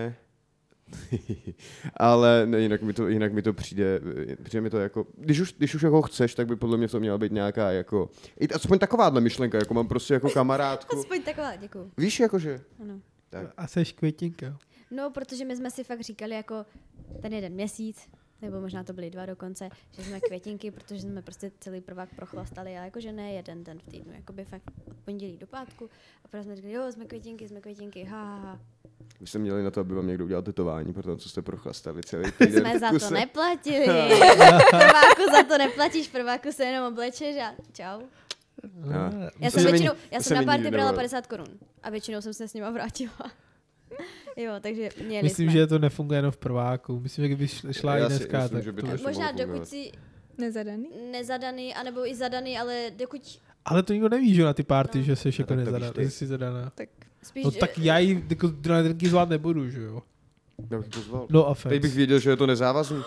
ale ne, jinak, mi to, jinak mi to přijde, přijde mi to jako, když už, když už jako chceš, tak by podle mě to měla být nějaká jako, i aspoň takováhle myšlenka, jako mám prostě jako kamarádku. Aspoň taková, děkuju. Víš, jakože, Ano. tak. A seš květinka. No, protože my jsme si fakt říkali jako ten jeden měsíc, nebo možná to byly dva dokonce, že jsme květinky, protože jsme prostě celý prvák prochlastali, ale jakože ne jeden den v týdnu, jakoby fakt od pondělí do pátku. A potom jsme říkali, jo, jsme květinky, jsme květinky, ha, ha, ha. Vy jste měli na to, aby vám někdo udělal tetování, protože co jste prochlastali celý týden. Jsme v za kuse. to neplatili. Prváku za to neplatíš, prváku se jenom oblečeš a čau. Já. Já To jsem se mi většinou, ni- já to se jsem na mi party nikdy brala nevolilo. padesát korun a většinou jsem se s nima vrátila. Jo, takže měli Myslím, jsme. že to nefunguje jenom v prváku. Myslím, že kdyby šla Já i si dneska, myslím, tak že by to... to ještě Možná mohlo fungovat. dokud si Nezadaný? nezadaný, anebo i zadaný, ale dokud Ale to nikdo neví, že na ty party, No. že jsi jako tak to víš nezadaná, ty. že jsi zadaná. Tak spíš... No tak já ji jako drinky zvládat nebudu, že jo? Já bych pozval. No Teď offense. bych věděl, že je to nezávazný.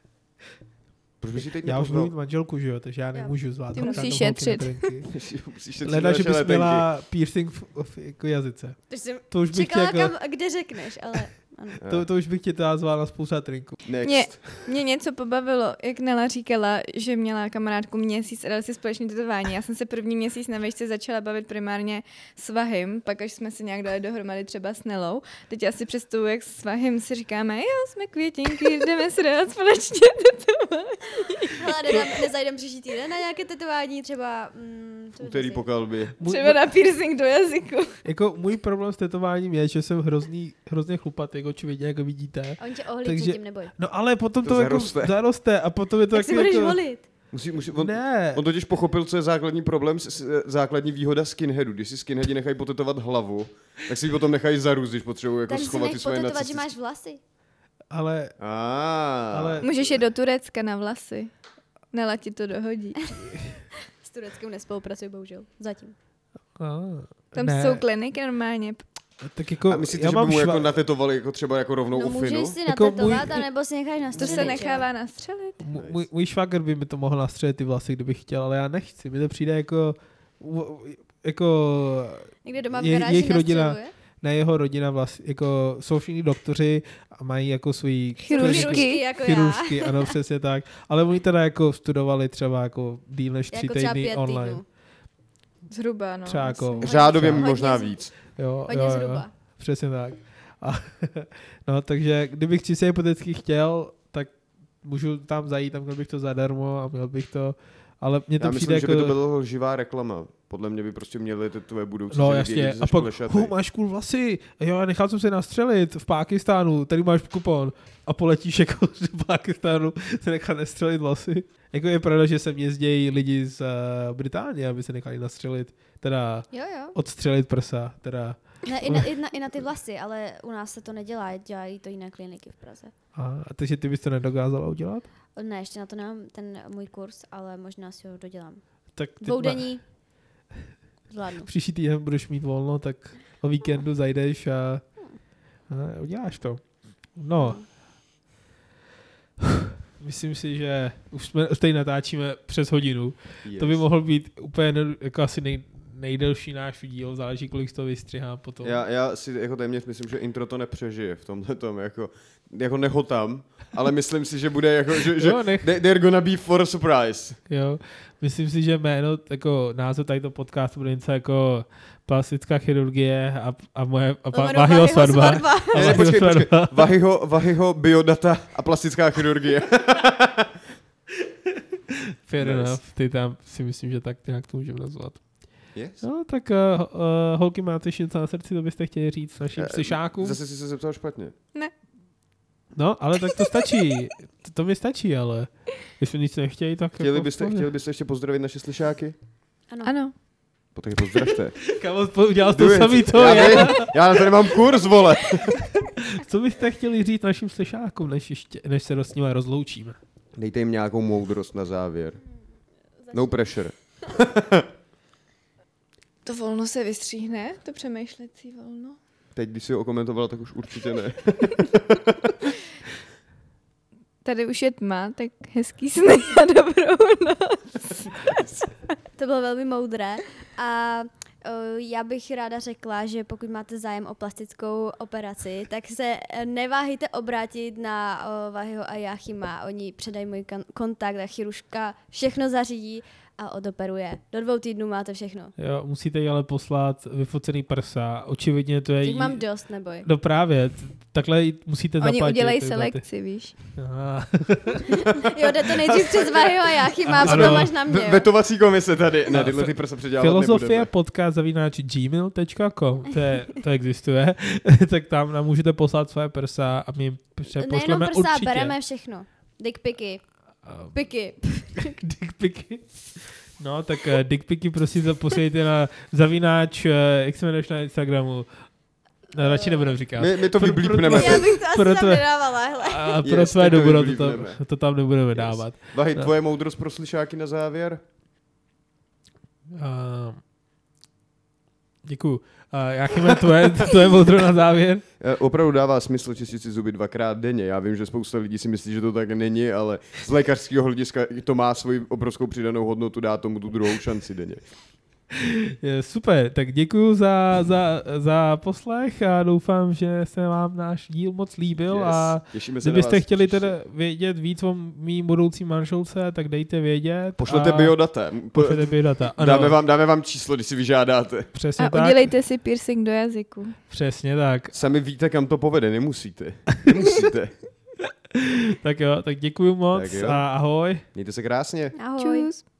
Proč bys si teď Já už budu mít nepozval? manželku, že jo, takže já nemůžu zvládat. Ty musíš žádnou holky na šetřit. drinky. Musíš šetřit Leda, naše že bys letenky. měla piercing v, v jako jazyce. To jsem To už bych tě čekala, jako, kam, kde řekneš, ale ano. to, to už bych tě teda zvala na spousta trinku. Next. Mě, mě něco pobavilo, jak Nela říkala, že měla kamarádku měsíc a dali si společné tetování. Já jsem se první měsíc na vejšce začala bavit primárně s Vahim, pak až jsme se nějak dali dohromady třeba s Nelou. Teď já si představuji, jak s Vahim si říkáme, jo, jsme květinky, jdeme si dát společně tetování. Hele, nedám, nezajdem příští týden na nějaké tetování, třeba... Mm, co Úterý si- po kalbě. Můj, Třeba na piercing do jazyku. jako můj problém s tetováním je, že jsem hrozný, hrozně chlupatý, jako očividně, jako vidíte. A on tě ohlí Takže- předtím, neboj. No ale potom To to, zaroste. jako zaroste a potom je to Tak si taky budeš jako... volit. Musí, musí, on, Ne. on totiž pochopil, co je základní problém, s- s- základní výhoda skinheadu. Když si skinheadi nechají potetovat hlavu, tak si ji potom nechají zarůst, když potřebují jako Tak si schovat ty nech svoje potetovat, že nacistické- máš vlasy. Ale, Ah. ale Můžeš jít do Turecka na vlasy. Nela ti to dohodí. S Tureckem nespolupracuji, bohužel. Zatím. a, Tam ne, jsou kliniky normálně. tak jako, A myslíte, já že by mám mu šva... jako natetovali jako třeba jako rovnou No u Finu? můžeš si Jako natetovat, můj- anebo si necháš To nastřelit. se že jo? nechává nastřelit. Můj, můj, můj švagr by mi to mohl nastřelit ty vlasy, kdybych chtěl, ale já nechci. Mi to přijde jako... u- jako Někde doma v Je- garáži jejich rodina- nastřeluje? ne jeho rodina vlastně, jako jsou všichni doktoři a mají jako svůj Chiruržky. jako chiruržky, ano, přesně tak. Ale oni teda jako studovali třeba jako díl než tři Jako třeba týdny pět online. týdnů. Zhruba, no. Třeba jako- asi. Řádově Hodně možná z- víc. Jo, Hodně jo, zhruba. Jo, přesně tak. A, no, takže kdybych si hypoteticky chtěl, tak můžu tam zajít, tam měl bych to zadarmo a měl bych to, ale mně to Já přijde myslím, že jako... by to byla živá reklama. Podle mě by prostě měly ty tvoje budoucí No ženy jasně, vědět, že a jsi pak, plešatý. hu, máš cool vlasy, jo, nechal jsem se nastřelit v Pákistánu, tady máš kupon a poletíš jako do Pákistánu se nechat nastřelit vlasy. Jako je pravda, že sem jezdí lidi z uh, Británie, aby se nechali nastřelit, teda Jo, jo. odstřelit prsa, teda. Ne, i, na, i, na, i na ty vlasy, ale u nás se to nedělá, dělají to jiné kliniky v Praze. A, takže ty bys to nedokázala udělat? Ne, ještě na to nemám ten můj kurz, ale možná si ho dodělám. Tak teď Dvoudenní zvládnu. má- příští týden budeš mít volno, tak o víkendu zajdeš a, a uděláš to. No. Myslím si, že už jsme už tady natáčíme přes hodinu. Yes. To by mohl být úplně ne, jako asi nej, nejdelší náš díl, záleží, kolik z toho vystřihám potom. Já, já si jako téměř myslím, že intro to nepřežije v tomhle tom, jako, jako nehotám, ale myslím si, že bude jako, že, že Jo, nech. they- they're gonna be for a surprise. Jo. Myslím si, že jméno, jako název tadyto podcastu bude něco jako plastická chirurgie a, a moje a pa, Lomeno Vahyho Vahyho svatba. svatba. A Ne, ne, Vahyho počkej, počkej. svatba. Vahyho, Vahyho biodata a plastická chirurgie. Fair Nice. enough. Ty tam si myslím, že tak nějak to můžeme nazvat. Yes. No, tak uh, uh, holky, máte ještě něco na srdci, to byste chtěli říct našim Eh, slyšákům? Zase jsi se zeptal špatně. No, ale tak to stačí. To, to mi stačí, ale jestli nic nechtějí, tak Chtěli jako byste, v pohodě. chtěli byste ještě pozdravit naše slyšáky? Ano. Ano. Potom je pozdravte. Kamo, udělal jsi Do to it. samý to, já, já. vím, já na to nemám kurz, vole. Co byste chtěli říct našim slyšákům, než, ještě, než se s nimi rozloučíme? Dejte jim nějakou moudrost na závěr. No pressure. To volno se vystříhne, to přemýšlecí volno. Teď, když jsi ho okomentovala, tak už určitě ne. Tady už je tma, tak hezký sny a dobrou noc. To bylo velmi moudré a uh, já bych ráda řekla, že pokud máte zájem o plastickou operaci, tak se eh, neváhejte obrátit na uh, Vahyho a Jáchyma. Oni předají můj kan- kontakt a chiruržka všechno zařídí a odoperuje. Do dvou týdnů máte všechno. Jo, musíte jí ale poslat vyfocený prsa. Očividně to je... Těch jí- mám dost, neboj. No právě, t- takhle jí musíte Oni zaplatit. udělají ty daty. selekci, víš. Aha. Jo, jde to nejdřív přes Vahyho a Jáchyma a Ano. potom až na mě. V- jo. Vetovací komise tady. Ne, No, tyhle fi- ty prsa předělávat Filozofie nebudeme. podcast zavínač gmail tečka com, to, je, to existuje, tak tam nám můžete poslat své prsa a my jim Nejenom pošleme prsa, určitě. bereme všechno. Dickpiky, Uh, piky. dickpiky. No, tak uh, dickpiky prosím to posílejte na zavínač, uh, jak se jmenuješ na Instagramu. No, radši nebudem říkat. My, my to Pro- vyblípneme. pro- Já bych to asi Pro tam tvé- nedávala, hele. A pro Yes, tvé tak to dobro to, vyblípneme. tam- to tam nebudeme dávat. Vahy, No. tvoje moudrost pro slyšáky na závěr? Uh, děkuju. Uh, Jáchyme, tvoje, tvoje moudro na závěr? Eh, Opravdu dává smysl čistit si zuby dvakrát denně. Já vím, že spousta lidí si myslí, že to tak není, ale z lékařského hlediska to má svoji obrovskou přidanou hodnotu, dá tomu tu druhou šanci denně. Je, super, tak děkuju za, za, za poslech a doufám, že se vám náš díl moc líbil Yes. a Těšíme se na kdybyste vás chtěli příště. teda vědět víc o mý budoucí manželce, tak dejte vědět. Pošlete a biodata. Po- Pošlete biodata. Ano, Dáme vám, dáme vám číslo, když si vyžádáte. přesně A tak. udělejte si piercing do jazyku. Přesně tak. Sami víte, kam to povede, nemusíte. Nemusíte. Tak jo, tak děkuju moc Tak jo. a ahoj. Mějte se krásně. Ahoj. Čus.